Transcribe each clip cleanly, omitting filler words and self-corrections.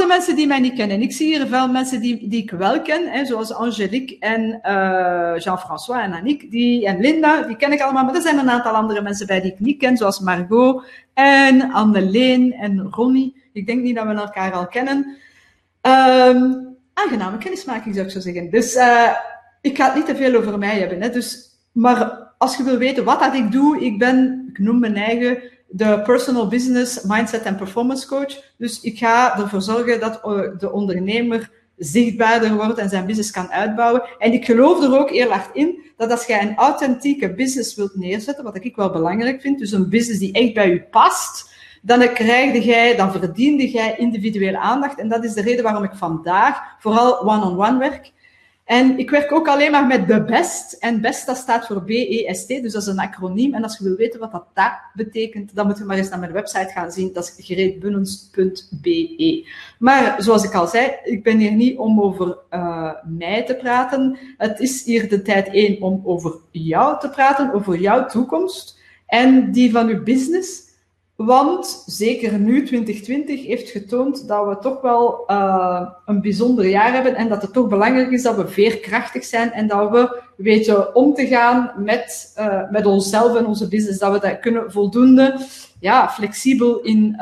de mensen die mij niet kennen. Ik zie hier veel mensen die ik wel ken, hè, zoals Angelique en Jean-François en Annick en Linda, die ken ik allemaal. Maar er zijn een aantal andere mensen bij die ik niet ken, zoals Margot en Anneleen en Ronnie. Ik denk niet dat we elkaar al kennen. Aangename kennismaking, zou ik zo zeggen. Dus ik ga het niet te veel over mij hebben. Hè. Maar als je wil weten wat dat ik doe, ik noem mijn eigen de Personal Business Mindset en Performance Coach. Dus ik ga ervoor zorgen dat de ondernemer zichtbaarder wordt en zijn business kan uitbouwen. En ik geloof er ook heel hard in dat als jij een authentieke business wilt neerzetten, wat ik wel belangrijk vind, dus een business die echt bij u past, dan verdiende jij individuele aandacht. En dat is de reden waarom ik vandaag vooral one-on-one werk. En ik werk ook alleen maar met de BEST. En BEST, dat staat voor BEST, dus dat is een acroniem. En als je wil weten wat dat betekent, dan moet je maar eens naar mijn website gaan zien. Dat is greetbunnens.be. Maar zoals ik al zei, ik ben hier niet om over mij te praten. Het is hier de tijd 1 om over jou te praten, over jouw toekomst en die van uw business. Want zeker nu, 2020, heeft getoond dat we toch wel een bijzonder jaar hebben en dat het toch belangrijk is dat we veerkrachtig zijn en dat we weten om te gaan met onszelf en onze business. Dat we dat kunnen voldoende flexibel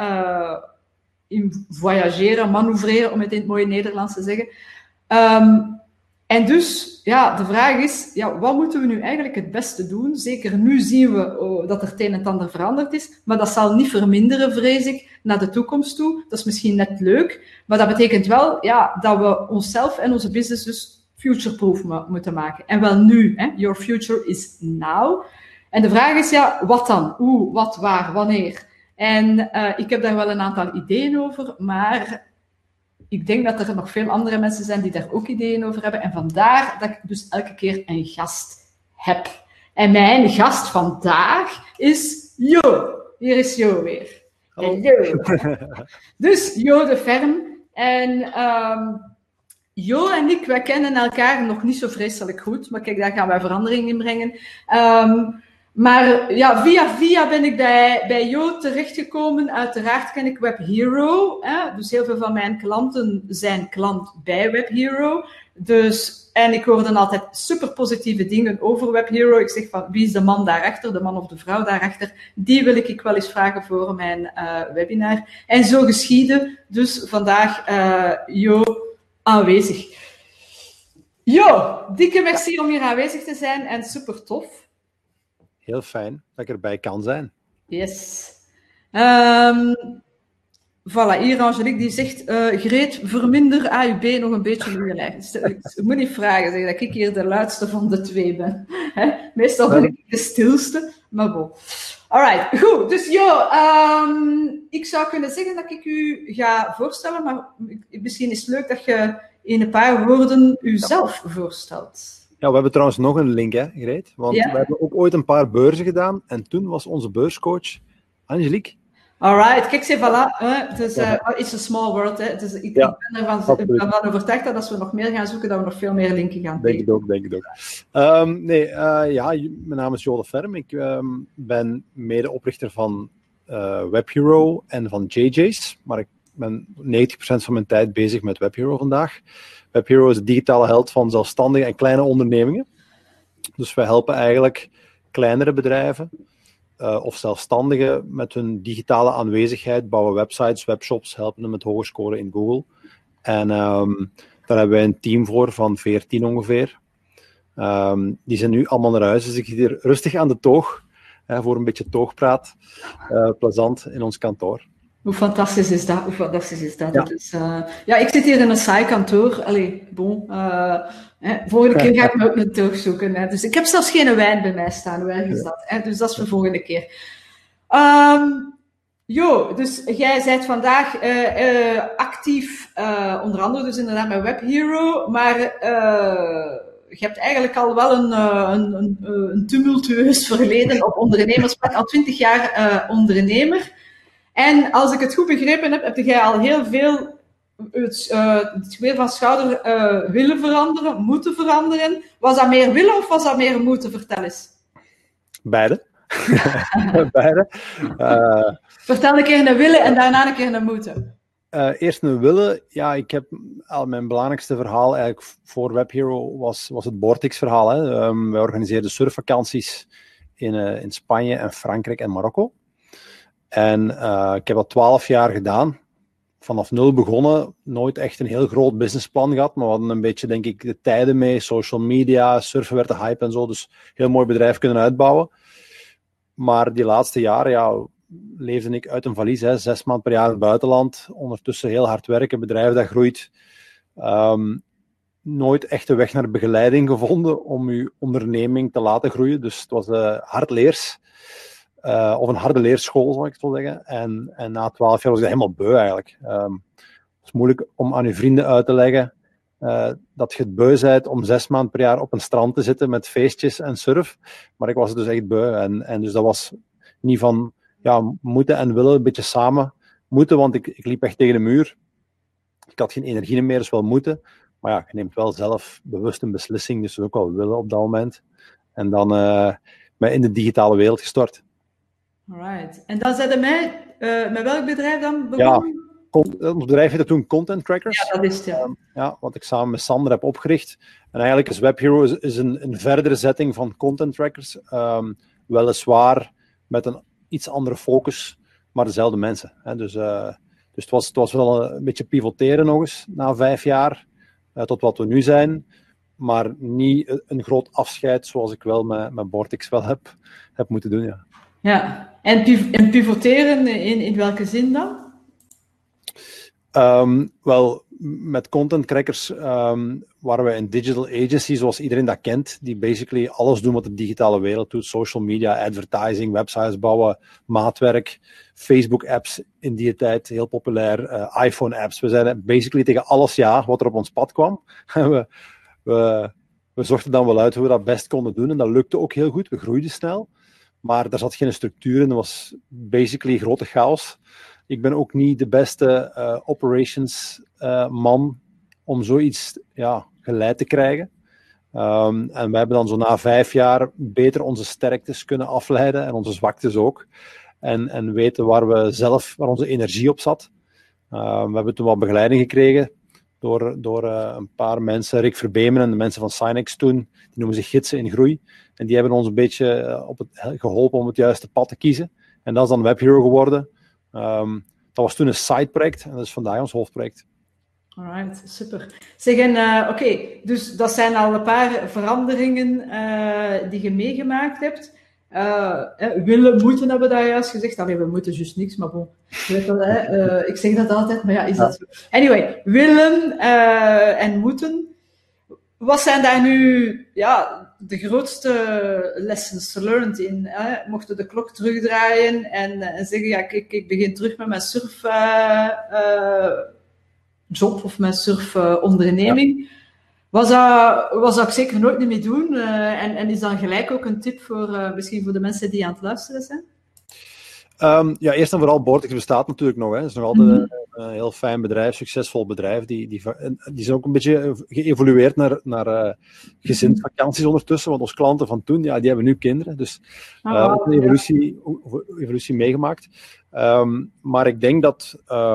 in voyageren, manoeuvreren, om het in het mooie Nederlands te zeggen. En dus, de vraag is, wat moeten we nu eigenlijk het beste doen? Zeker nu zien we dat er het een en het ander veranderd is, maar dat zal niet verminderen, vrees ik, naar de toekomst toe. Dat is misschien net leuk, maar dat betekent wel dat we onszelf en onze business dus future-proof moeten maken. En wel nu, hè? Your future is now. En de vraag is, wat dan? Hoe, wat, waar, wanneer? En ik heb daar wel een aantal ideeën over, maar ik denk dat er nog veel andere mensen zijn die daar ook ideeën over hebben. En vandaar dat ik dus elke keer een gast heb. En mijn gast vandaag is Jo. Hier is Jo weer. Hallo. Dus Jo de Ferm. En Jo en ik, wij kennen elkaar nog niet zo vreselijk goed. Maar kijk, daar gaan wij verandering in brengen. Maar via ben ik bij Jo terechtgekomen. Uiteraard ken ik Web Hero. Hè? Dus heel veel van mijn klanten zijn klant bij Web Hero. En ik hoorde altijd super positieve dingen over Web Hero. Ik zeg van, wie is de man daarachter, de man of de vrouw daarachter? Die wil ik wel eens vragen voor mijn webinar. En zo geschiedde. Dus vandaag Jo aanwezig. Jo, dikke merci om hier aanwezig te zijn en super tof. Heel fijn dat ik erbij kan zijn. Yes. Voilà, hier Angelique die zegt, Greet, verminder AUB nog een beetje in je lijf. Ik moet niet vragen, zeg, dat ik hier de luidste van de twee ben. Hè? Meestal ben ik de stilste, maar bon. Alright, goed. Dus ik zou kunnen zeggen dat ik u ga voorstellen, maar misschien is het leuk dat je in een paar woorden uzelf voorstelt. Ja, we hebben trouwens nog een link, hè, Greet? Want we hebben ook ooit een paar beurzen gedaan en toen was onze beurscoach Angelique. Alright, kijk, voilà. Dus, it's a small world. Hè. Dus ik ben ervan overtuigd dat als we nog meer gaan zoeken, dat we nog veel meer linken gaan tegen. Denk ik ook. Mijn naam is Jo de Ferm. Ik ben medeoprichter van Web Hero en van JJ's. Maar ik ben 90% van mijn tijd bezig met Web Hero vandaag. Web Hero is de digitale held van zelfstandige en kleine ondernemingen. Dus wij helpen eigenlijk kleinere bedrijven of zelfstandigen met hun digitale aanwezigheid, bouwen websites, webshops, helpen hem met hoge scoren in Google. En daar hebben wij een team voor van 14 ongeveer. Die zijn nu allemaal naar huis, dus ik zit hier rustig aan de toog voor een beetje toogpraat. Plezant in ons kantoor. Hoe fantastisch is dat? Ja. Dus, ik zit hier in een saai kantoor. Allee, bon. Volgende keer ga ik me ook een toog zoeken. Hè. Dus ik heb zelfs geen wijn bij mij staan. Hoe erg is dat? Hè? Dus dat is voor volgende keer. Dus jij bent vandaag actief, onder andere dus inderdaad met Web Hero, maar je hebt eigenlijk al wel een tumultueus verleden op ondernemerspad, al 20 jaar ondernemer. En als ik het goed begrepen heb, heb jij al heel veel het weer van schouder willen veranderen, moeten veranderen. Was dat meer willen of was dat meer moeten? Vertel eens. Beide. Beide. Vertel een keer een willen en daarna een keer een moeten. Eerst een willen. Ja, ik heb al mijn belangrijkste verhaal eigenlijk voor WebHero was het Bortix-verhaal. Hè. Wij organiseerden surfvakanties in Spanje en Frankrijk en Marokko. En ik heb dat 12 jaar gedaan. Vanaf 0 begonnen. Nooit echt een heel groot businessplan gehad. Maar we hadden een beetje, denk ik, de tijden mee. Social media, surfen werd de hype en zo. Dus heel mooi bedrijf kunnen uitbouwen. Maar die laatste jaren, ja, leefde ik uit een valies. 6 maanden per jaar in het buitenland. Ondertussen heel hard werken. Bedrijf dat groeit. Nooit echt een weg naar begeleiding gevonden om je onderneming te laten groeien. Dus het was hardleers. Of een harde leerschool, zal ik het wel zeggen. En na 12 jaar was ik helemaal beu eigenlijk. Het is moeilijk om aan je vrienden uit te leggen dat je het beu bent om 6 maanden per jaar op een strand te zitten met feestjes en surf. Maar ik was het dus echt beu. En dus dat was niet van ja, moeten en willen, een beetje samen moeten, want ik liep echt tegen de muur. Ik had geen energie meer, dus wel moeten. Maar ja, je neemt wel zelf bewust een beslissing, dus ook wel willen op dat moment. En dan mij in de digitale wereld gestort. Alright. En dan zeiden mij, met welk bedrijf dan begonnen? Ja, ons bedrijf heette toen Content Crackers. Ja, dat is het, ja. Ja, wat ik samen met Sander heb opgericht. En eigenlijk is WebHero is een verdere zetting van Content Trackers. Weliswaar met een iets andere focus, maar dezelfde mensen. Hè. Dus het was wel een beetje pivoteren nog eens, na 5 jaar, tot wat we nu zijn. Maar niet een groot afscheid, zoals ik wel met Bortix wel heb moeten doen, ja. Ja, en pivoteren in welke zin dan? Wel, met Content Crackers waren we een digital agency, zoals iedereen dat kent, die basically alles doen wat de digitale wereld doet. Social media, advertising, websites bouwen, maatwerk, Facebook-apps in die tijd, heel populair, iPhone-apps. We zeiden basically tegen alles ja, wat er op ons pad kwam. we zochten dan wel uit hoe we dat best konden doen en dat lukte ook heel goed. We groeiden snel, maar daar zat geen structuur in. Dat was basically grote chaos. Ik ben ook niet de beste operations man om zoiets geleid te krijgen. En wij hebben dan zo na 5 jaar beter onze sterktes kunnen afleiden en onze zwaktes ook. En weten waar onze energie op zat. We hebben toen wat begeleiding gekregen door een paar mensen, Rick Verbeemen en de mensen van Sinex toen. Die noemen zich Gidsen in Groei. En die hebben ons een beetje geholpen om het juiste pad te kiezen. En dat is dan WebHero geworden. Dat was toen een sideproject en dat is vandaag ons hoofdproject. Alright, super. Zeg, en oké, dus dat zijn al een paar veranderingen die je meegemaakt hebt. Willen, moeten hebben we daar juist gezegd. Allee, we moeten juist niks, maar bon. Ik zeg dat altijd, maar ja, is dat zo? Anyway, willen en moeten. Wat zijn daar nu de grootste lessons learned in? Mochten de klok terugdraaien en zeggen, ja, ik begin terug met mijn surfjob of mijn surfonderneming. Was dat ik zeker nooit meer doen? En is dat gelijk ook een tip voor misschien voor de mensen die aan het luisteren zijn? Eerst en vooral, Bortix bestaat natuurlijk nog. Het is nog altijd een heel fijn bedrijf, succesvol bedrijf. Die zijn ook een beetje geëvolueerd naar gezinsvakanties ondertussen. Want onze klanten van toen, die hebben nu kinderen. Dus ook een evolutie meegemaakt. Maar ik denk dat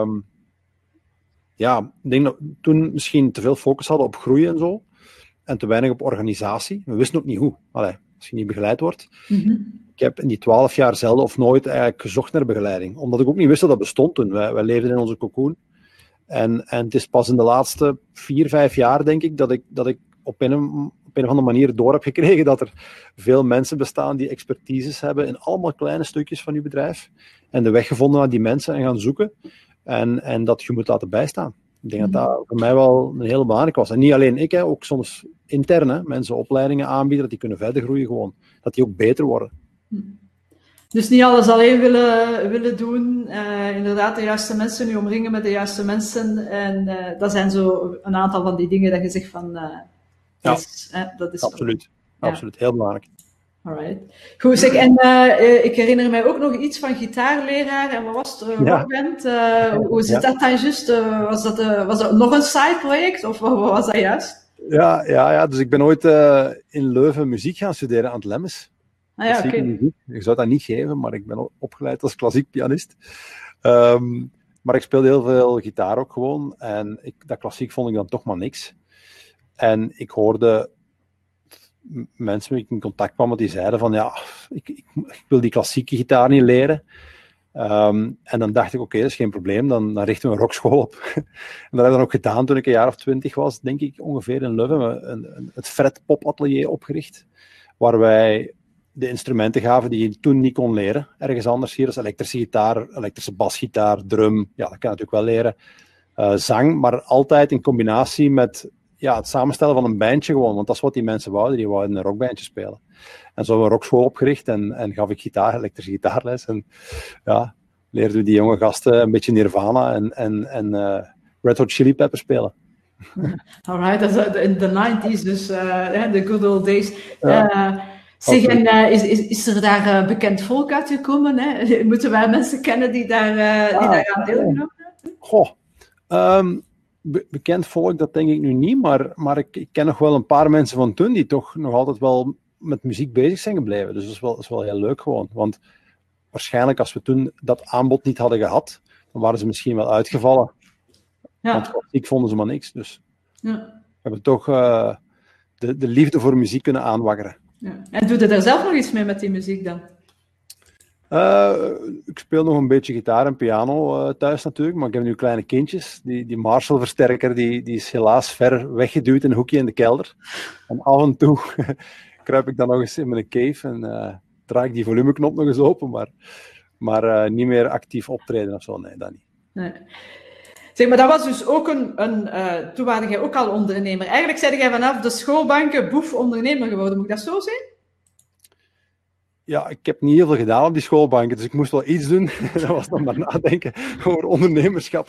toen misschien te veel focus hadden op groei en zo. En te weinig op organisatie. We wisten ook niet hoe. Als je niet begeleid wordt. Ik heb in die 12 jaar zelden of nooit eigenlijk gezocht naar begeleiding. Omdat ik ook niet wist dat dat bestond toen. Wij leefden in onze cocoon. En het is pas in de laatste 4-5 jaar, denk ik, dat ik op een of andere manier door heb gekregen dat er veel mensen bestaan die expertises hebben in allemaal kleine stukjes van je bedrijf. En de weg gevonden naar die mensen en gaan zoeken. En dat je moet laten bijstaan. Ik denk dat dat voor mij wel een hele belangrijke was. En niet alleen ik, ook soms intern. Mensen opleidingen aanbieden, dat die kunnen verder groeien gewoon. Dat die ook beter worden. Dus niet alles alleen willen doen. Inderdaad, de juiste mensen, nu omringen met de juiste mensen. En dat zijn zo een aantal van die dingen dat je zegt van... dat is absoluut. Absoluut, heel belangrijk. Alright. Goed, zeg, en ik herinner mij ook nog iets van gitaarleraar en wat was het? Rockband. Hoe zit dat dan juist? Was dat nog een sideproject of wat was dat juist? Ja, dus ik ben ooit in Leuven muziek gaan studeren aan het Lemmes. Oké. Ik zou dat niet geven, maar ik ben opgeleid als klassiek pianist. Maar ik speelde heel veel gitaar ook gewoon. En dat klassiek vond ik dan toch maar niks. En ik hoorde mensen met wie ik in contact kwam, die zeiden van, ja, ik wil die klassieke gitaar niet leren. En dan dacht ik, oké, dat is geen probleem, dan richten we een rockschool op. En dat heb ik dan ook gedaan toen ik een jaar of 20 was, denk ik, ongeveer in Leuven, het Fred Pop Atelier opgericht, waar wij de instrumenten gaven die je toen niet kon leren, ergens anders hier, dus elektrische gitaar, elektrische basgitaar, drum, ja, dat kan je natuurlijk wel leren, zang, maar altijd in combinatie met het samenstellen van een bandje gewoon, want dat is wat die mensen wouden, die wouden een rockbandje spelen. En zo hebben we een rockschool opgericht en gaf ik elektrische gitaarles. En ja, leerden we die jonge gasten een beetje Nirvana en Red Hot Chili Peppers spelen. Alright, dat is in de 90s, dus de good old days. Zeg, en is er daar bekend volk uitgekomen? Hè? Moeten wij mensen kennen die daar aan deelgenomen hebben? Goh, bekend volk, dat denk ik nu niet, maar ik ken nog wel een paar mensen van toen die toch nog altijd wel met muziek bezig zijn gebleven. Dus dat is wel heel leuk gewoon. Want waarschijnlijk als we toen dat aanbod niet hadden gehad, dan waren ze misschien wel uitgevallen. Ja. Want klassiek vonden ze maar niks. Dus we hebben toch de liefde voor muziek kunnen aanwakkeren. Ja. En doe je daar zelf nog iets mee met die muziek dan? Ik speel nog een beetje gitaar en piano thuis natuurlijk, maar ik heb nu kleine kindjes. Die Marshall-versterker die is helaas ver weggeduwd in een hoekje in de kelder. En af en toe kruip ik dan nog eens in mijn cave en draai ik die volumeknop nog eens open, maar niet meer actief optreden of zo. Nee, dat niet. Nee. Zeg, maar dat was dus ook toen waren jij ook al ondernemer. Eigenlijk zei jij vanaf de schoolbanken boef ondernemer geworden. Moet ik dat zo zien? Ja, ik heb niet heel veel gedaan op die schoolbanken, dus ik moest wel iets doen. Dat was dan maar nadenken over ondernemerschap.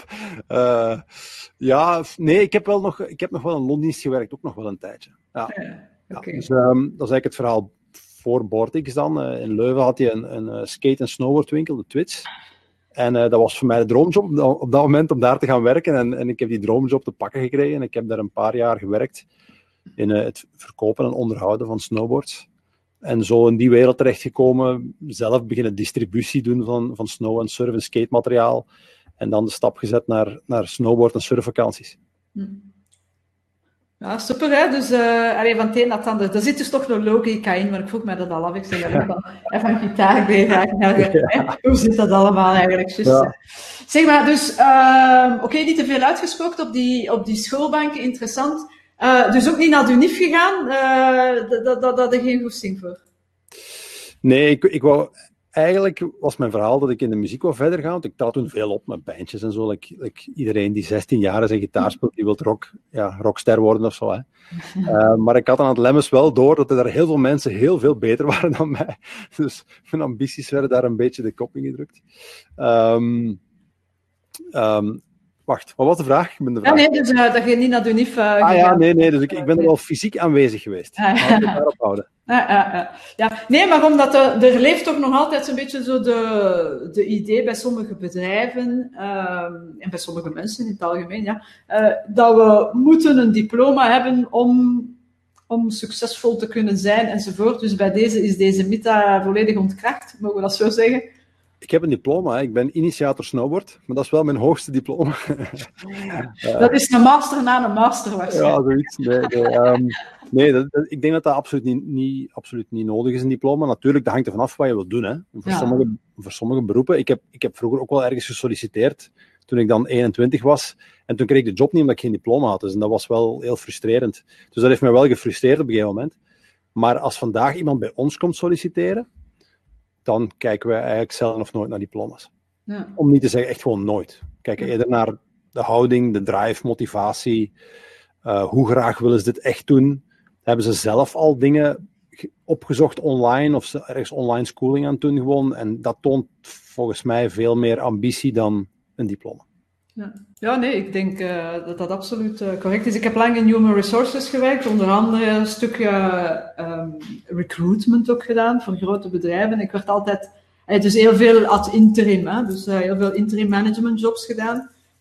Nee, ik heb nog wel een loondienst gewerkt, ook nog wel een tijdje. Ja. Okay. Dus dat is eigenlijk het verhaal voor Boardix dan. In Leuven had hij een skate- en snowboardwinkel, de Twits. En dat was voor mij de droomjob op dat moment om daar te gaan werken. En ik heb die droomjob te pakken gekregen. En ik heb daar een paar jaar gewerkt in het verkopen en onderhouden van snowboards. En zo in die wereld terechtgekomen, zelf beginnen distributie doen van snow- en surf- en skatemateriaal. En dan de stap gezet naar snowboard- en surfvakanties. Ja, super hè. Dus van het een naar het ander. Er zit dus toch nog logica in, maar ik vroeg mij dat al af. Ik zeg van gitaar hoe zit dat allemaal eigenlijk? Just, zeg maar, dus niet te veel uitgesproken op die schoolbanken, interessant. Dus ook niet naar de UNIF gegaan, dat had er geen goesting voor? Nee, eigenlijk was mijn verhaal dat ik in de muziek wou verder gaan, want ik trad toen veel op met bandjes en zo. Iedereen die 16 jaar is en gitaar speelt, die wil rockster worden of zo. Hè. Maar ik had aan het Lemmens wel door dat er heel veel mensen heel veel beter waren dan mij. Dus mijn ambities werden daar een beetje de kop in gedrukt. Wacht, wat was de vraag? Ik ben de vraag. Nee, dus dat je niet naar de UNIF nee, dus ik ben er wel fysiek aanwezig geweest. Laten we het daarop houden. Ja, nee, maar omdat er leeft toch nog altijd zo'n beetje zo de idee bij sommige bedrijven en bij sommige mensen in het algemeen, dat we moeten een diploma hebben om succesvol te kunnen zijn enzovoort. Dus bij deze is deze mythe volledig ontkracht, mogen we dat zo zeggen? Ik heb een diploma, ik ben initiator snowboard, maar dat is wel mijn hoogste diploma. Dat is een master na een master waarschijnlijk. Ja, zoiets. Nee, ik denk dat dat absoluut niet nodig is, een diploma. Natuurlijk, dat hangt er vanaf wat je wilt doen. Hè. Voor sommige beroepen. Ik heb vroeger ook wel ergens gesolliciteerd, toen ik dan 21 was. En toen kreeg ik de job niet omdat ik geen diploma had. Dus dat was wel heel frustrerend. Dus dat heeft mij wel gefrustreerd op een gegeven moment. Maar als vandaag iemand bij ons komt solliciteren, dan kijken we eigenlijk zelden of nooit naar diploma's. Ja. Om niet te zeggen, echt gewoon nooit. Kijken eerder naar de houding, de drive, motivatie. Hoe graag willen ze dit echt doen? Hebben ze zelf al dingen opgezocht online of ze ergens online schooling aan het doen gewoon? En dat toont volgens mij veel meer ambitie dan een diploma. Ja, nee, ik denk dat dat absoluut correct is. Ik heb lang in Human Resources gewerkt, onder andere een stukje recruitment ook gedaan voor grote bedrijven. Ik werd altijd, dus heel veel ad interim, hè, dus heel veel interim management jobs gedaan.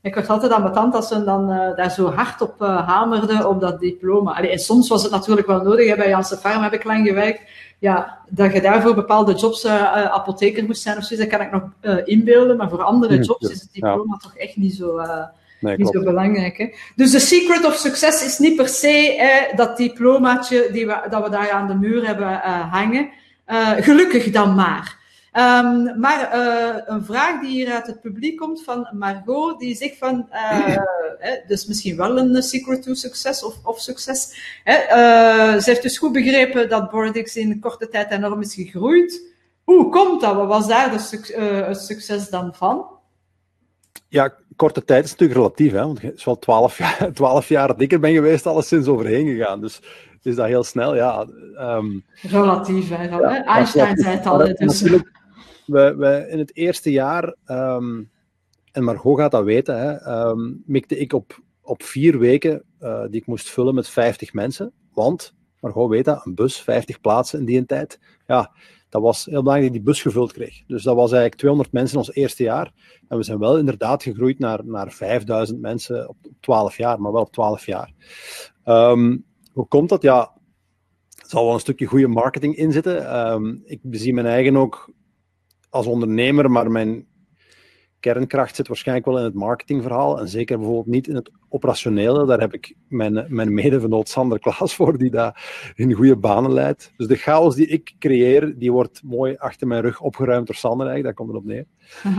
Ik werd altijd ambetant als ze dan daar zo hard op hamerden op dat diploma. Allee, en soms was het natuurlijk wel nodig. Hè. Bij Janssen Pharma heb ik lang gewerkt. Ja, dat je daarvoor bepaalde jobs apotheker moest zijn of zo. Dat kan ik nog inbeelden. Maar voor andere jobs is het diploma toch echt niet zo... niet zo belangrijk. Hè? Dus de secret of success is niet per se dat diplomaatje dat we daar aan de muur hebben hangen. Gelukkig dan maar. Maar een vraag die hier uit het publiek komt van Margot, die zegt van, dus misschien wel een secret to success of succes. Ze heeft dus goed begrepen dat Bordix in korte tijd enorm is gegroeid. Hoe komt dat? Wat was daar het succes dan van? Ja, korte tijd is natuurlijk relatief, hè? Want je is wel 12 jaar dat ik er ben geweest, alleszins overheen gegaan. Dus is dat heel snel, ja. Relatief, hè? Ja, Einstein zei het al. Dus. We in het eerste jaar, en Margot gaat dat weten, mikte ik op 4 weken die ik moest vullen met 50 mensen. Want, Margot weet dat, een bus, 50 plaatsen in die tijd. Ja, dat was heel belangrijk dat die bus gevuld kreeg. Dus dat was eigenlijk 200 mensen in ons eerste jaar. En we zijn wel inderdaad gegroeid naar 5000 mensen op 12 jaar, maar wel op 12 jaar. Hoe komt dat? Ja, er zal wel een stukje goede marketing in zitten. Ik zie mijn eigen ook als ondernemer, maar mijn kernkracht zit waarschijnlijk wel in het marketingverhaal en zeker bijvoorbeeld niet in het operationele. Daar heb ik mijn medevenoot Sander Klaas voor, die daar in goede banen leidt. Dus de chaos die ik creëer, die wordt mooi achter mijn rug opgeruimd door Sander eigenlijk, daar komt het op neer.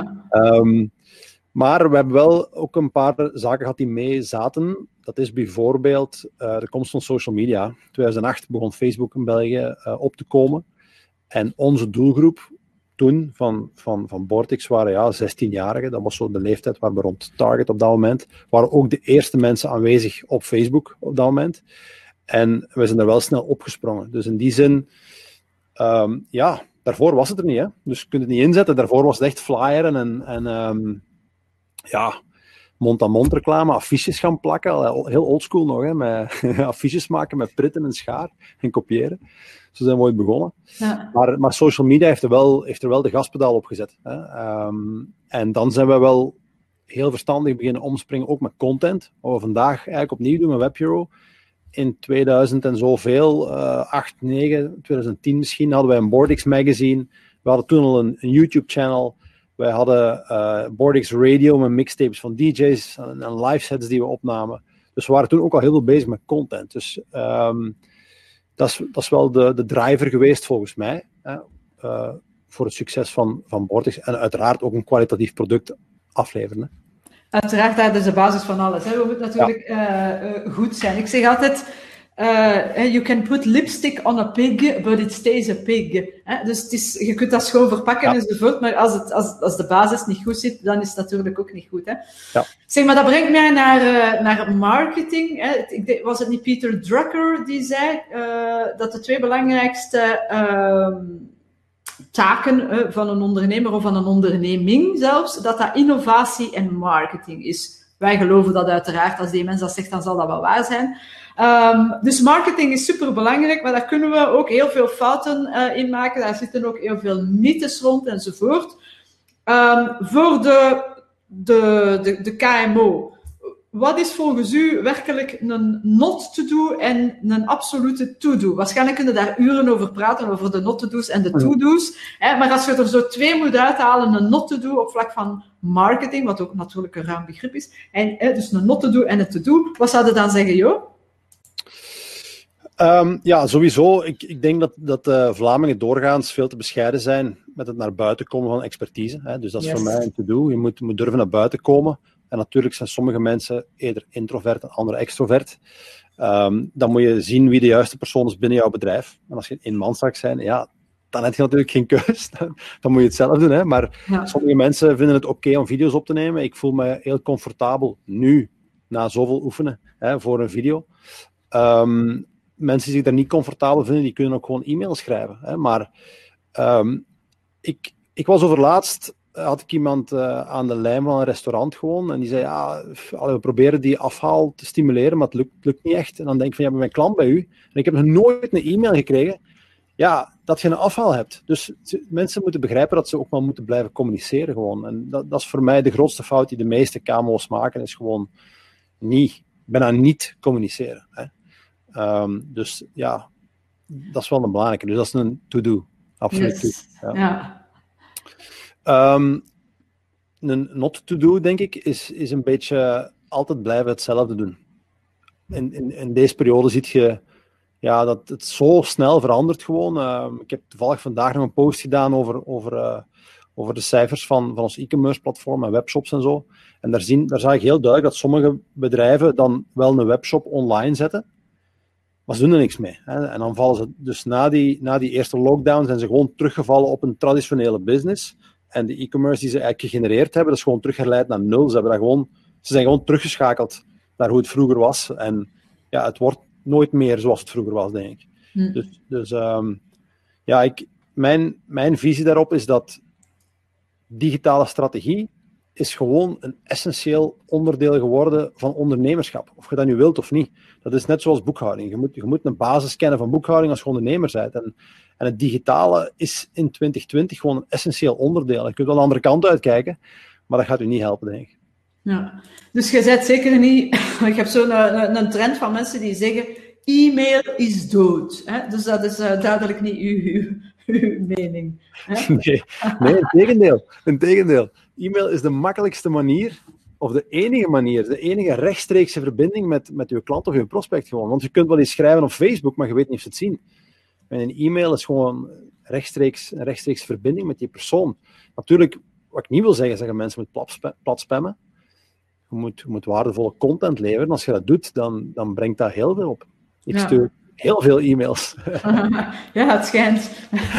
Maar we hebben wel ook een paar zaken gehad die mee zaten. Dat is bijvoorbeeld de komst van social media. In 2008 begon Facebook in België op te komen. En onze doelgroep toen van Bordix waren 16-jarigen. Dat was zo de leeftijd waar we rond target op dat moment. Waren ook de eerste mensen aanwezig op Facebook op dat moment. En we zijn er wel snel opgesprongen. Dus in die zin, daarvoor was het er niet. Hè? Dus je kunt het niet inzetten. Daarvoor was het echt flyeren en mond-aan-mond reclame, affiches gaan plakken. Heel oldschool nog, hè? Met affiches maken met pritten en schaar en kopiëren. Zo zijn we ooit begonnen. Ja. Maar social media heeft er wel de gaspedaal op gezet. Hè? En dan zijn we wel heel verstandig beginnen omspringen, ook met content. Wat we vandaag eigenlijk opnieuw doen met WebHero. In 2000 en zoveel, 8, 9, 2010 misschien, hadden wij een Bordix magazine. We hadden toen al een YouTube-channel. Wij hadden Bordix Radio met mixtapes van DJ's en live sets die we opnamen. Dus we waren toen ook al heel veel bezig met content. Dus dat is wel de driver geweest volgens mij voor het succes van Bordix. En uiteraard ook een kwalitatief product afleveren. Hè. Uiteraard, dat is de basis van alles. Hè. We moeten natuurlijk goed zijn. Ik zeg altijd... you can put lipstick on a pig, but it stays a pig. Dus je kunt dat schoon verpakken enzovoort, maar als de basis niet goed zit, dan is het natuurlijk ook niet goed. Hè? Ja. Zeg maar, dat brengt mij naar marketing. Hè? Was het niet Peter Drucker die zei dat de 2 belangrijkste taken van een ondernemer of van een onderneming zelfs, dat innovatie en marketing is. Wij geloven dat uiteraard. Als die mens dat zegt, dan zal dat wel waar zijn. Dus marketing is super belangrijk, maar daar kunnen we ook heel veel fouten in maken. Daar zitten ook heel veel mythes rond enzovoort. Voor de KMO, wat is volgens u werkelijk een not to do en een absolute to do? Waarschijnlijk kunnen we daar uren over praten, over de not to do's en de to do's. Maar als je er zo 2 moet uithalen, een not to do op vlak van marketing, wat ook natuurlijk een ruim begrip is, en dus een not to do en een to do, wat zou je dan zeggen, Jo? Sowieso. Ik denk dat Vlamingen doorgaans veel te bescheiden zijn met het naar buiten komen van expertise. Hè. Dus dat is voor mij een to-do. Je moet durven naar buiten komen. En natuurlijk zijn sommige mensen eerder introvert en andere extrovert. Dan moet je zien wie de juiste persoon is binnen jouw bedrijf. En als je een eenmanszaak bent, dan heb je natuurlijk geen keus. Dan moet je het zelf doen. Hè. Maar sommige mensen vinden het oké om video's op te nemen. Ik voel me heel comfortabel nu, na zoveel oefenen, voor een video. Mensen die zich daar niet comfortabel vinden, die kunnen ook gewoon e-mail schrijven. Hè. Maar ik was overlaatst, had ik iemand aan de lijn van een restaurant gewoon, en die zei, we proberen die afhaal te stimuleren, maar het lukt niet echt. En dan denk ik van, ben mijn klant bij u? En ik heb nog nooit een e-mail gekregen. Ja, dat je een afhaal hebt. Dus mensen moeten begrijpen dat ze ook wel moeten blijven communiceren gewoon. En dat is voor mij de grootste fout die de meeste KMO's maken, is gewoon bijna niet communiceren. Hè. Dus ja, dat is wel een belangrijke. Dus dat is een to-do. Absoluut. Yes. Ja. Een not to-do, denk ik, is een beetje altijd blijven hetzelfde doen. In deze periode zie je dat het zo snel verandert gewoon. Ik heb toevallig vandaag nog een post gedaan over de cijfers van ons e-commerce platform en webshops en zo. En daar zag ik heel duidelijk dat sommige bedrijven dan wel een webshop online zetten, maar ze doen er niks mee. Hè. En dan vallen ze dus na die eerste lockdown zijn ze gewoon teruggevallen op een traditionele business. En de e-commerce die ze eigenlijk gegenereerd hebben, dat is gewoon teruggeleid naar nul. Ze zijn gewoon teruggeschakeld naar hoe het vroeger was. En ja, het wordt nooit meer zoals het vroeger was, denk ik. Dus mijn visie daarop is dat digitale strategie is gewoon een essentieel onderdeel geworden van ondernemerschap. Of je dat nu wilt of niet. Dat is net zoals boekhouding. Je moet een basis kennen van boekhouding als je ondernemer bent. En het digitale is in 2020 gewoon een essentieel onderdeel. Je kunt wel de andere kant uitkijken, maar dat gaat u niet helpen, denk ik. Ja, dus je zet zeker niet... Ik heb zo'n een trend van mensen die zeggen, e-mail is dood. Hè? Dus dat is duidelijk niet uw mening. Hè? Nee, integendeel. E-mail is de makkelijkste manier, of de enige rechtstreekse verbinding met uw klant of uw prospect gewoon. Want je kunt wel eens schrijven op Facebook, maar je weet niet of ze het zien. En een e-mail is gewoon een rechtstreeks verbinding met die persoon. Natuurlijk, wat ik niet wil zeggen mensen moeten plat spammen. Je moet waardevolle content leveren. Als je dat doet, dan brengt dat heel veel op. Ik stuur heel veel e-mails. Ja, het schijnt.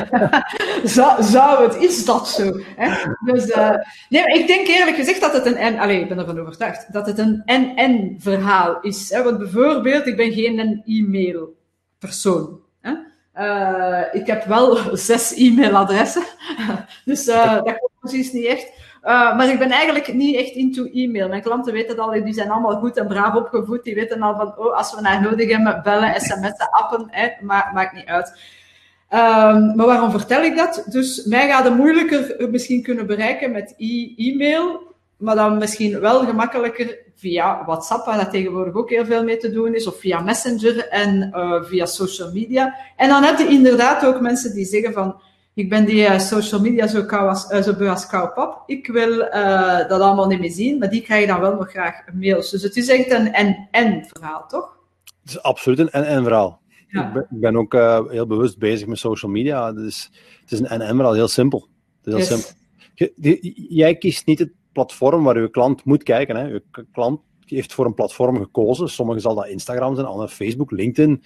Is dat zo? Hè? Dus, ik denk eerlijk gezegd dat het ik ben ervan overtuigd, dat het een en verhaal is. Hè? Want bijvoorbeeld, ik ben geen e-mailpersoon. Hè? Ik heb wel 6 e-mailadressen. Dus dat komt precies niet echt. Maar ik ben eigenlijk niet echt into e-mail. Mijn klanten weten het al, die zijn allemaal goed en braaf opgevoed. Die weten al van, als we naar nodig hebben, bellen, sms'en, appen, maakt niet uit. Maar waarom vertel ik dat? Dus mij gaat het moeilijker misschien kunnen bereiken met e-mail, maar dan misschien wel gemakkelijker via WhatsApp, waar dat tegenwoordig ook heel veel mee te doen is, of via Messenger en via social media. En dan heb je inderdaad ook mensen die zeggen van, ik ben die social media zo beu als kou pap. Ik wil dat allemaal niet meer zien, maar die krijgen dan wel nog graag mails. Dus het is echt een en verhaal, toch? Het is absoluut een en verhaal. Ja. Ik ben ook heel bewust bezig met social media. Dus het is een en verhaal, heel simpel. Het is heel simpel. Jij kiest niet het platform waar uw klant moet kijken. Hè. Uw klant heeft voor een platform gekozen. Sommigen zal dat Instagram zijn, anderen Facebook, LinkedIn,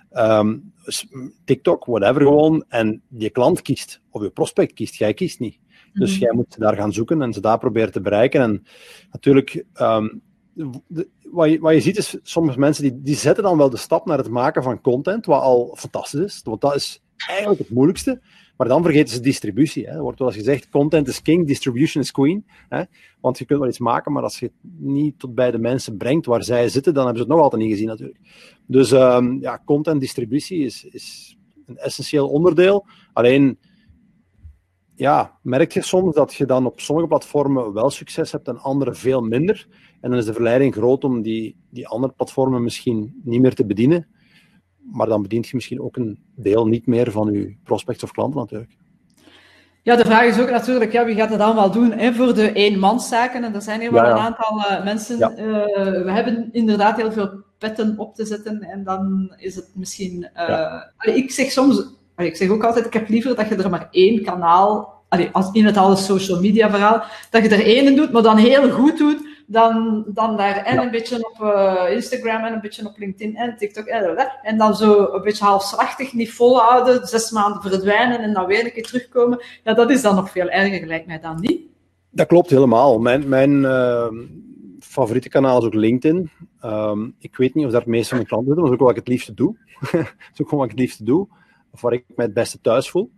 TikTok, whatever gewoon. En die klant kiest, of je prospect kiest, jij kiest niet. Dus jij moet daar gaan zoeken en ze daar proberen te bereiken. En natuurlijk, wat je ziet is, sommige mensen die zetten dan wel de stap naar het maken van content, wat al fantastisch is. Want dat is eigenlijk het moeilijkste. Maar dan vergeten ze distributie. Hè. Er wordt wel eens gezegd, content is king, distribution is queen. Hè. Want je kunt wel iets maken, maar als je het niet tot bij de mensen brengt waar zij zitten, dan hebben ze het nog altijd niet gezien natuurlijk. Dus content distributie is een essentieel onderdeel. Alleen, merk je soms dat je dan op sommige platformen wel succes hebt en andere veel minder. En dan is de verleiding groot om die andere platformen misschien niet meer te bedienen. Maar dan bedient je misschien ook een deel niet meer van je prospects of klanten natuurlijk. Ja, de vraag is ook natuurlijk, wie gaat het allemaal doen voor de eenmanszaken? En er zijn hier wel een aantal mensen. Ja. We hebben inderdaad heel veel petten op te zetten en dan is het misschien... Ik zeg ook altijd, ik heb liever dat je er maar 1 kanaal, als in het alle social media verhaal, dat je er 1 doet, maar dan heel goed doet, dan daar een beetje op Instagram en een beetje op LinkedIn en TikTok en dan zo een beetje halfslachtig niet volhouden, 6 maanden verdwijnen en dan weer een keer terugkomen. Ja, dat is dan nog veel erger, lijkt mij dan niet. Dat klopt helemaal. Mijn favoriete kanaal is ook LinkedIn. Ik weet niet of daar het meeste van mijn klanten zitten, maar dat is ook wat ik het liefste doe. Dat is ook gewoon wat ik het liefste doe, of waar ik mij het beste thuis voel.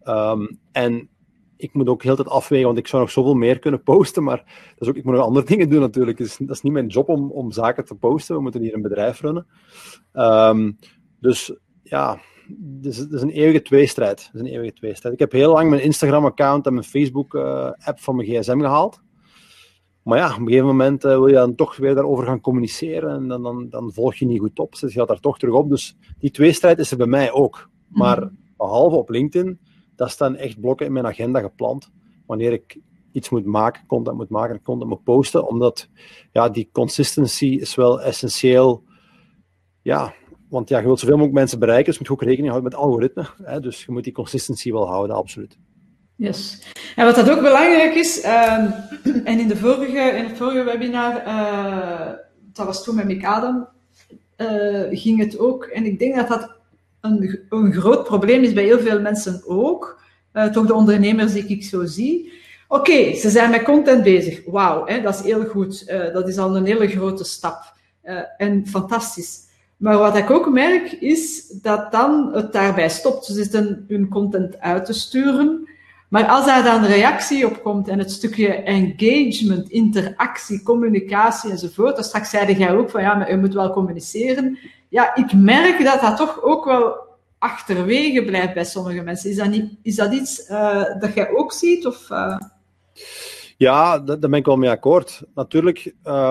En ik moet ook heel de tijd afwegen, want ik zou nog zoveel meer kunnen posten, maar ik moet nog andere dingen doen natuurlijk. Dus dat is niet mijn job om zaken te posten. We moeten hier een bedrijf runnen. Dus ja, het is een eeuwige tweestrijd. Ik heb heel lang mijn Instagram-account en mijn Facebook-app van mijn gsm gehaald. Maar ja, op een gegeven moment wil je dan toch weer daarover gaan communiceren en dan volg je niet goed op. Dus je gaat daar toch terug op. Dus die tweestrijd is er bij mij ook. Maar behalve op LinkedIn, daar staan echt blokken in mijn agenda gepland. Wanneer ik iets moet maken, content moet posten. Omdat die consistency is wel essentieel. Ja, want je wilt zoveel mogelijk mensen bereiken, dus je moet ook rekening houden met algoritme. Hè? Dus je moet die consistency wel houden, absoluut. Yes. En wat dat ook belangrijk is, en in het vorige webinar, dat was toen met Mick Adam, ging het ook, en ik denk dat dat een groot probleem is bij heel veel mensen ook, toch de ondernemers die ik zo zie. Oké, ze zijn met content bezig. Wauw, dat is heel goed. Dat is al een hele grote stap. En fantastisch. Maar wat ik ook merk, is dat dan het daarbij stopt. Ze zitten hun content uit te sturen. Maar als daar dan reactie op komt en het stukje engagement, interactie, communicatie enzovoort, dan straks zeide jij ook van maar je moet wel communiceren. Ja, ik merk dat dat toch ook wel achterwege blijft bij sommige mensen. Is dat iets dat jij ook ziet? Of, Ja, daar ben ik wel mee akkoord. Natuurlijk,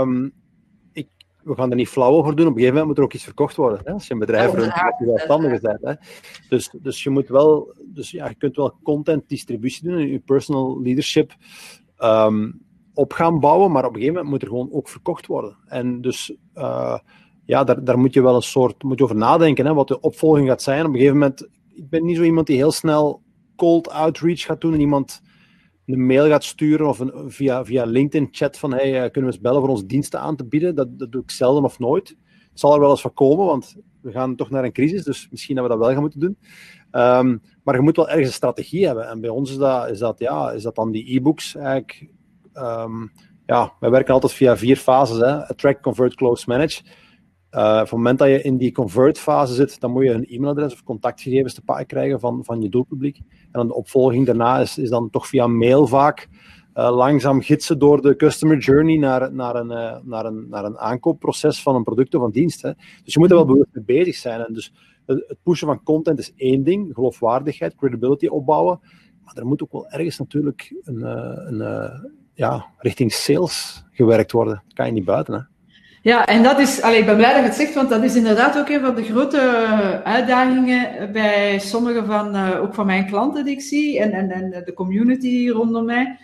we gaan er niet flauw over doen. Op een gegeven moment moet er ook iets verkocht worden. Hè? Als je een bedrijf runt, je zelfstandige bent. Hè? Dus je moet wel... Dus ja, je kunt wel content distributie doen en je personal leadership op gaan bouwen, maar op een gegeven moment moet er gewoon ook verkocht worden. En dus daar moet je wel moet je over nadenken, hè, wat de opvolging gaat zijn. Op een gegeven moment, ik ben niet zo iemand die heel snel cold outreach gaat doen en iemand een mail gaat sturen of via LinkedIn chat van kunnen we eens bellen voor onze diensten aan te bieden. Dat doe ik zelden of nooit. Het zal er wel eens van komen, want we gaan toch naar een crisis, dus misschien dat we dat wel gaan moeten doen. Maar je moet wel ergens een strategie hebben. En bij ons is dat dan die e-books eigenlijk. Wij werken altijd via 4 fases. Hè. Attract, Convert, Close, Manage. Op het moment dat je in die convert-fase zit, dan moet je een e-mailadres of contactgegevens te pakken krijgen van je doelpubliek. En dan de opvolging daarna is dan toch via mail vaak langzaam gidsen door de customer journey naar een aankoopproces van een product of een dienst. Hè. Dus je moet er wel bewust mee bezig zijn. En dus het pushen van content is één ding, geloofwaardigheid, credibility opbouwen. Maar er moet ook wel ergens natuurlijk richting sales gewerkt worden. Dat kan je niet buiten, hè. Ja, en dat is, ik ben blij dat je het zegt, want dat is inderdaad ook een van de grote uitdagingen bij sommige ook van mijn klanten die ik zie en de community rondom mij.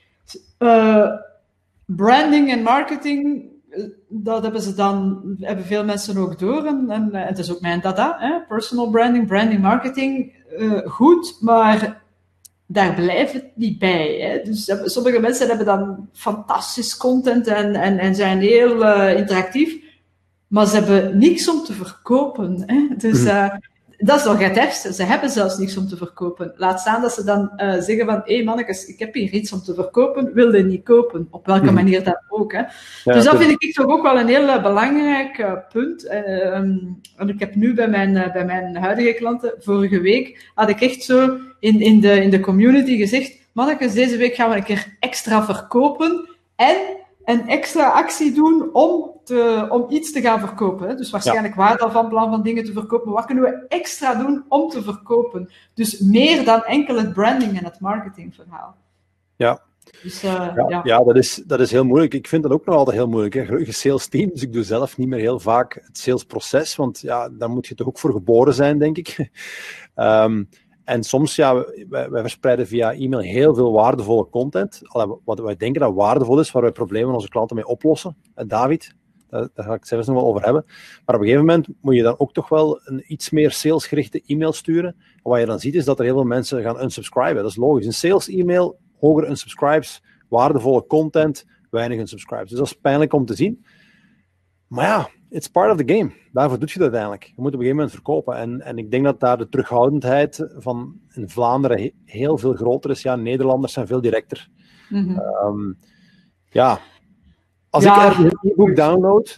Branding en marketing, dat hebben veel mensen ook door en het is ook mijn dada, hè? Personal branding, marketing, goed, maar daar blijft het niet bij. Hè? Dus sommige mensen hebben dan fantastisch content en zijn heel interactief, maar ze hebben niks om te verkopen. Hè? Dus dat is nog het ergste. Ze hebben zelfs niks om te verkopen. Laat staan dat ze dan zeggen van, hé mannetjes, ik heb hier iets om te verkopen, wil je niet kopen? Op welke manier dan ook. Hè? Ja, dus dat vind ik toch ook wel een heel belangrijk punt. En ik heb nu bij mijn huidige klanten, vorige week, had ik echt zo in de community gezegd, mannetjes, deze week gaan we een keer extra verkopen en een extra actie doen om iets te gaan verkopen. Hè? Dus waarschijnlijk waren al van plan van dingen te verkopen. Wat kunnen we extra doen om te verkopen? Dus meer dan enkel het branding en het marketingverhaal. Ja. Dus, dat is heel moeilijk. Ik vind dat ook nog altijd heel moeilijk. Hè. Gelukkig sales team, dus ik doe zelf niet meer heel vaak het salesproces, want daar moet je toch ook voor geboren zijn, denk ik. En soms, wij verspreiden via e-mail heel veel waardevolle content. Wat wij denken dat waardevol is, waar wij problemen van onze klanten mee oplossen. David, daar ga ik het zelfs nog wel over hebben. Maar op een gegeven moment moet je dan ook toch wel een iets meer salesgerichte e-mail sturen. En wat je dan ziet, is dat er heel veel mensen gaan unsubscriben. Dat is logisch. Een sales e-mail, hoger unsubscribes, waardevolle content, weinig unsubscribes. Dus dat is pijnlijk om te zien. Maar ja, it's part of the game. Daarvoor doe je dat uiteindelijk. Je moet op een gegeven moment verkopen. En ik denk dat daar de terughoudendheid van in Vlaanderen heel veel groter is. Ja, Nederlanders zijn veel directer. Mm-hmm. Als ik ergens een e-book download,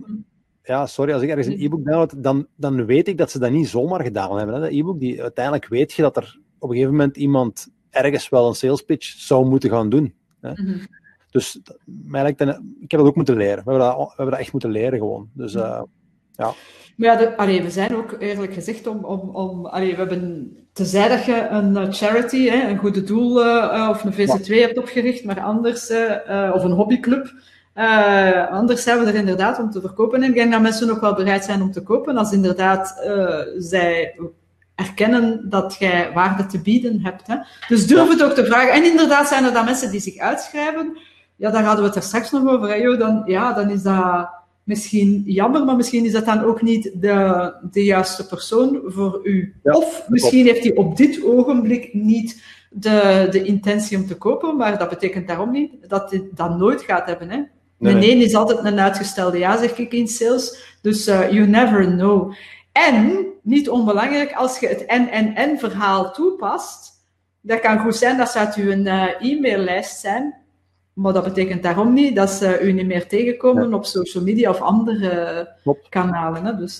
dan weet ik dat ze dat niet zomaar gedaan hebben. Hè. Dat e-book, uiteindelijk weet je dat er op een gegeven moment iemand ergens wel een sales pitch zou moeten gaan doen. Hè. Mm-hmm. Dus ik heb dat ook moeten leren. We hebben dat echt moeten leren gewoon. Dus Ja. Maar ja, we zijn ook eerlijk gezegd we hebben tenzij dat je een charity, een goede doel of een VZ2 hebt opgericht, maar anders, of een hobbyclub, anders zijn we er inderdaad om te verkopen. En ik denk dat mensen ook wel bereid zijn om te kopen als inderdaad zij erkennen dat jij waarde te bieden hebt. Hè. Dus durf het ook te vragen. En inderdaad zijn er dan mensen die zich uitschrijven. Ja, daar hadden we het er straks nog over. Hè, dan is dat misschien jammer, maar misschien is dat dan ook niet de juiste persoon voor u. Ja, of misschien heeft hij op dit ogenblik niet de intentie om te kopen, maar dat betekent daarom niet dat hij dat nooit gaat hebben. Hè. Nee is altijd een uitgestelde ja, zeg ik in sales. Dus you never know. En, niet onbelangrijk, als je het en verhaal toepast, dat kan goed zijn dat ze uit uw e-maillijst zijn, maar dat betekent daarom niet dat ze u niet meer tegenkomen op social media of andere kanalen. Hè. Dus,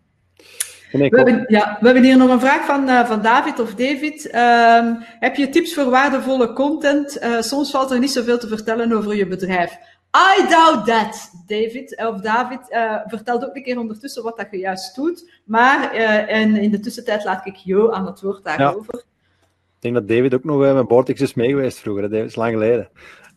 we hebben hier nog een vraag van David of David. Heb je tips voor waardevolle content? Soms valt er niet zoveel te vertellen over je bedrijf. I doubt that, David. Vertel ook een keer ondertussen wat dat je juist doet. Maar en in de tussentijd laat ik Jo aan het woord daarover. Ja. Ik denk dat David ook nog met Bortix is meegeweest vroeger. Dat is lang geleden.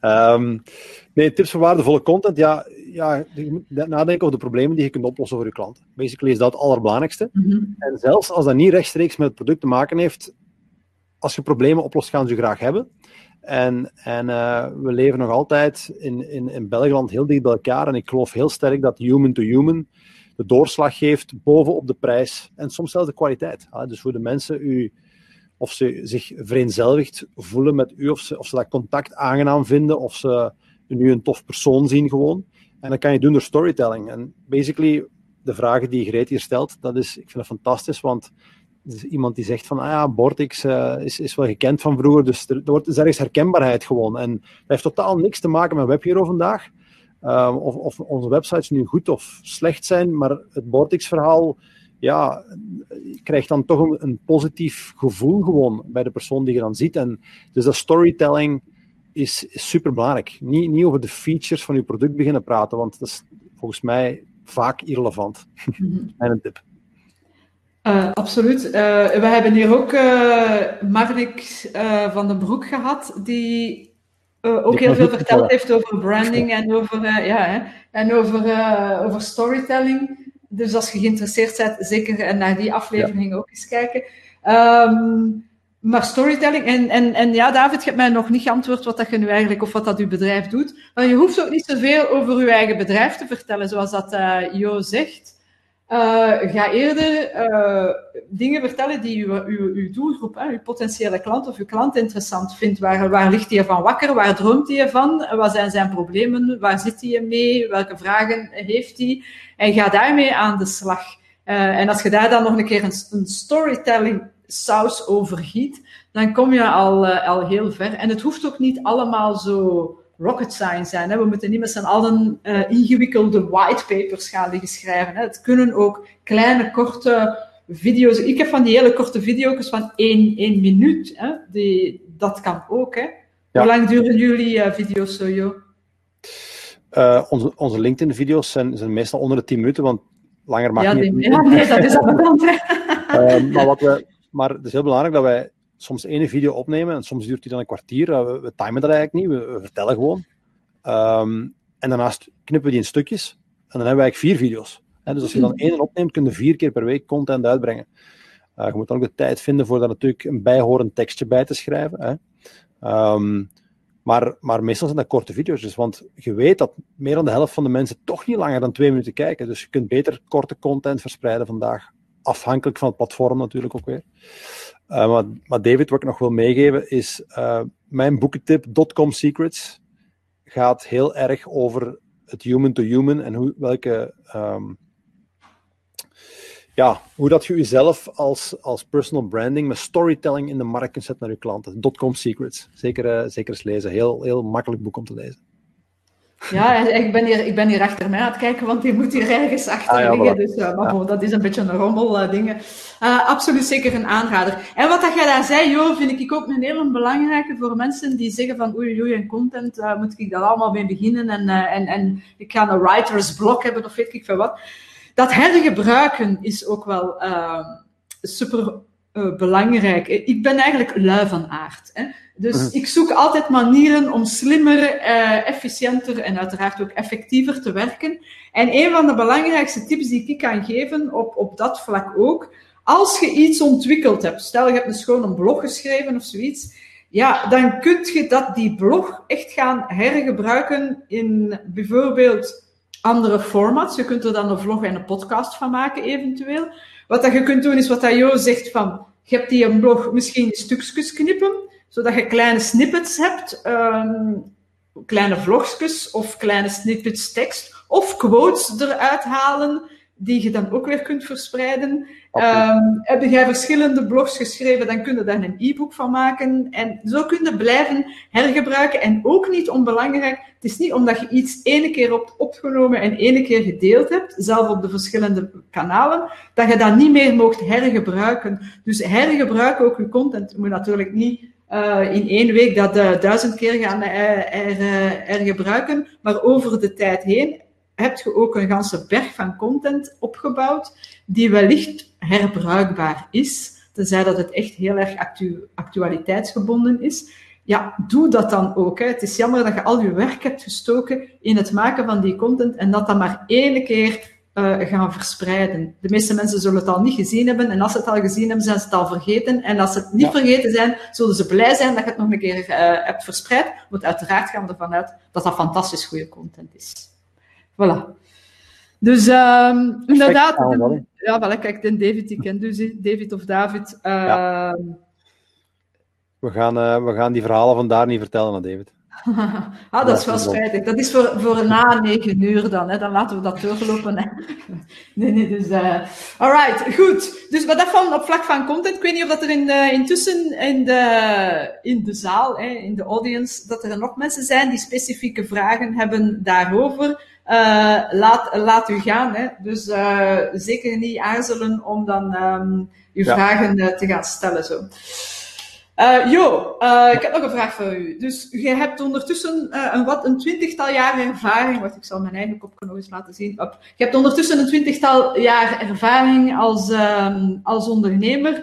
Tips voor waardevolle content. Ja, je moet nadenken over de problemen die je kunt oplossen voor je klant. Basically is dat het allerbelangrijkste. Mm-hmm. En zelfs als dat niet rechtstreeks met het product te maken heeft, als je problemen oplost, gaan ze je graag hebben. En we leven nog altijd in België heel dicht bij elkaar. En ik geloof heel sterk dat human to human de doorslag geeft bovenop de prijs. En soms zelfs de kwaliteit. Dus voor de mensen, of ze zich vereenzelvigd voelen met u, of ze dat contact aangenaam vinden, of ze nu een tof persoon zien gewoon. En dat kan je doen door storytelling. En basically, de vragen die Greet hier stelt, ik vind dat fantastisch, want er is iemand die zegt van, Bortix is wel gekend van vroeger, dus er is ergens herkenbaarheid gewoon. En dat heeft totaal niks te maken met WebHero vandaag, of onze websites nu goed of slecht zijn, maar het Bortix-verhaal, je krijgt dan toch een positief gevoel gewoon bij de persoon die je dan ziet. En dus dat storytelling is super belangrijk. Niet over de features van je product beginnen praten, want dat is volgens mij vaak irrelevant. Mijn tip. Absoluut. We hebben hier ook Marnik van den Broek gehad, die ook heel veel verteld heeft over branding en over storytelling. Dus als je geïnteresseerd bent, zeker naar die aflevering ook eens kijken. Maar storytelling, en David, je hebt mij nog niet geantwoord wat dat je nu eigenlijk, of wat dat uw bedrijf doet. Maar je hoeft ook niet zoveel over uw eigen bedrijf te vertellen, zoals dat Jo zegt. Ga eerder dingen vertellen die uw doelgroep, uw potentiële klant of uw klant interessant vindt. Waar ligt hij van wakker? Waar droomt hij van? Wat zijn zijn problemen? Waar zit hij mee? Welke vragen heeft hij? En ga daarmee aan de slag. En als je daar dan nog een keer een storytelling saus over giet, dan kom je al heel ver. En het hoeft ook niet allemaal zo rocket science zijn. Hè. We moeten niet met z'n allen ingewikkelde whitepapers gaan liggen schrijven. Hè. Het kunnen ook kleine, korte video's. Ik heb van die hele korte video's van 1 minuut. Hè. Dat kan ook. Hè. Ja. Hoe lang duren jullie video's zo, Jo? Onze LinkedIn-video's zijn meestal onder de 10 minuten, want langer mag niet. Nee, dat is aan de kant. Maar het is heel belangrijk dat wij soms 1 video opnemen en soms duurt die dan een kwartier. We timen dat eigenlijk niet, we vertellen gewoon. En daarnaast knippen we die in stukjes en dan hebben we eigenlijk 4 video's. Dus als je dan 1 opneemt, kun je 4 keer per week content uitbrengen. Je moet dan ook de tijd vinden voor daar natuurlijk een bijhorend tekstje bij te schrijven. Maar meestal zijn dat korte video's, dus, want je weet dat meer dan de helft van de mensen toch niet langer dan 2 minuten kijken. Dus je kunt beter korte content verspreiden vandaag. Afhankelijk van het platform natuurlijk ook weer. Maar David, wat ik nog wil meegeven is, mijn boekentip, .com Secrets, gaat heel erg over het human to human en hoe dat je jezelf als personal branding met storytelling in de markt kunt zetten naar je klanten. .com Secrets. Zeker eens lezen. Heel makkelijk boek om te lezen. Ja, ik ben hier achter mij aan het kijken, want die moet hier ergens achter liggen. Voilà. Dus, dat is een beetje een rommel dingen. Absoluut zeker een aanrader. En wat dat jij daar zei, Jo, vind ik ook een hele belangrijke voor mensen die zeggen van oei, en content, moet ik daar allemaal mee beginnen en ik ga een writer's block hebben of weet ik veel wat. Dat hergebruiken is ook wel super belangrijk. Ik ben eigenlijk lui van aard. Hè? Dus ik zoek altijd manieren om slimmer, efficiënter en uiteraard ook effectiever te werken. En een van de belangrijkste tips die ik kan geven op dat vlak ook, als je iets ontwikkeld hebt, stel je hebt dus gewoon een blog geschreven of zoiets, ja, dan kun je die blog echt gaan hergebruiken in bijvoorbeeld andere formats. Je kunt er dan een vlog en een podcast van maken, eventueel. Wat dat je kunt doen, is wat dat Jo zegt van, je hebt die een blog misschien in stukjes knippen, zodat je kleine snippets hebt, kleine vlogjes of kleine snippets tekst, of quotes eruit halen, die je dan ook weer kunt verspreiden. Heb jij verschillende blogs geschreven, dan kun je daar een e-book van maken. En zo kun je blijven hergebruiken. En ook niet onbelangrijk, het is niet omdat je iets ene keer hebt opgenomen en ene keer gedeeld hebt, zelf op de verschillende kanalen, dat je dat niet meer mocht hergebruiken. Dus hergebruik ook je content. Je moet natuurlijk niet in 1 week dat 1000 keer gaan hergebruiken, maar over de tijd heen heb je ook een ganse berg van content opgebouwd die wellicht herbruikbaar is, tenzij dat het echt heel erg actualiteitsgebonden is. Ja, doe dat dan ook. Hè. Het is jammer dat je al je werk hebt gestoken in het maken van die content en dat maar 1 keer gaan verspreiden. De meeste mensen zullen het al niet gezien hebben en als ze het al gezien hebben, zijn ze het al vergeten. En als ze het niet vergeten zijn, zullen ze blij zijn dat je het nog een keer hebt verspreid. Want uiteraard gaan we ervan uit dat dat fantastisch goede content is. Voilà. Dus inderdaad... Ja, voilà, kijk, de David, die kent dus, David of David. We gaan die verhalen vandaar niet vertellen aan David. Dat is wel spijtig. Dat is voor na 9 uur dan. Hè. Dan laten we dat doorlopen. Hè. Nee, dus... Alright, goed. Dus wat dat van op vlak van content, ik weet niet of dat er intussen in de zaal, hè, in de audience, dat er nog mensen zijn die specifieke vragen hebben daarover. Laat u gaan. Hè. Dus zeker niet aarzelen om dan uw vragen te gaan stellen. Zo. Jo, ik heb nog een vraag voor u. Dus je hebt ondertussen een 20-tal jaar ervaring. Wacht, ik zal mijn eigen kopje nog eens laten zien. Je hebt ondertussen een 20-tal jaar ervaring als ondernemer.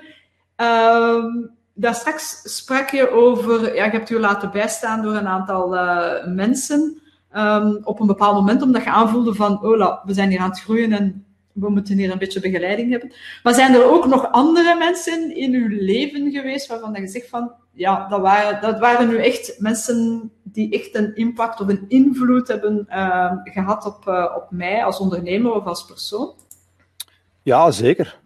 Daar straks sprak je over, je hebt je laten bijstaan door een aantal mensen op een bepaald moment, omdat je aanvoelde van, we zijn hier aan het groeien en we moeten hier een beetje begeleiding hebben. Maar zijn er ook nog andere mensen in uw leven geweest waarvan je zegt van, ja, dat waren nu echt mensen die echt een impact of een invloed hebben gehad op mij als ondernemer of als persoon? Ja, zeker.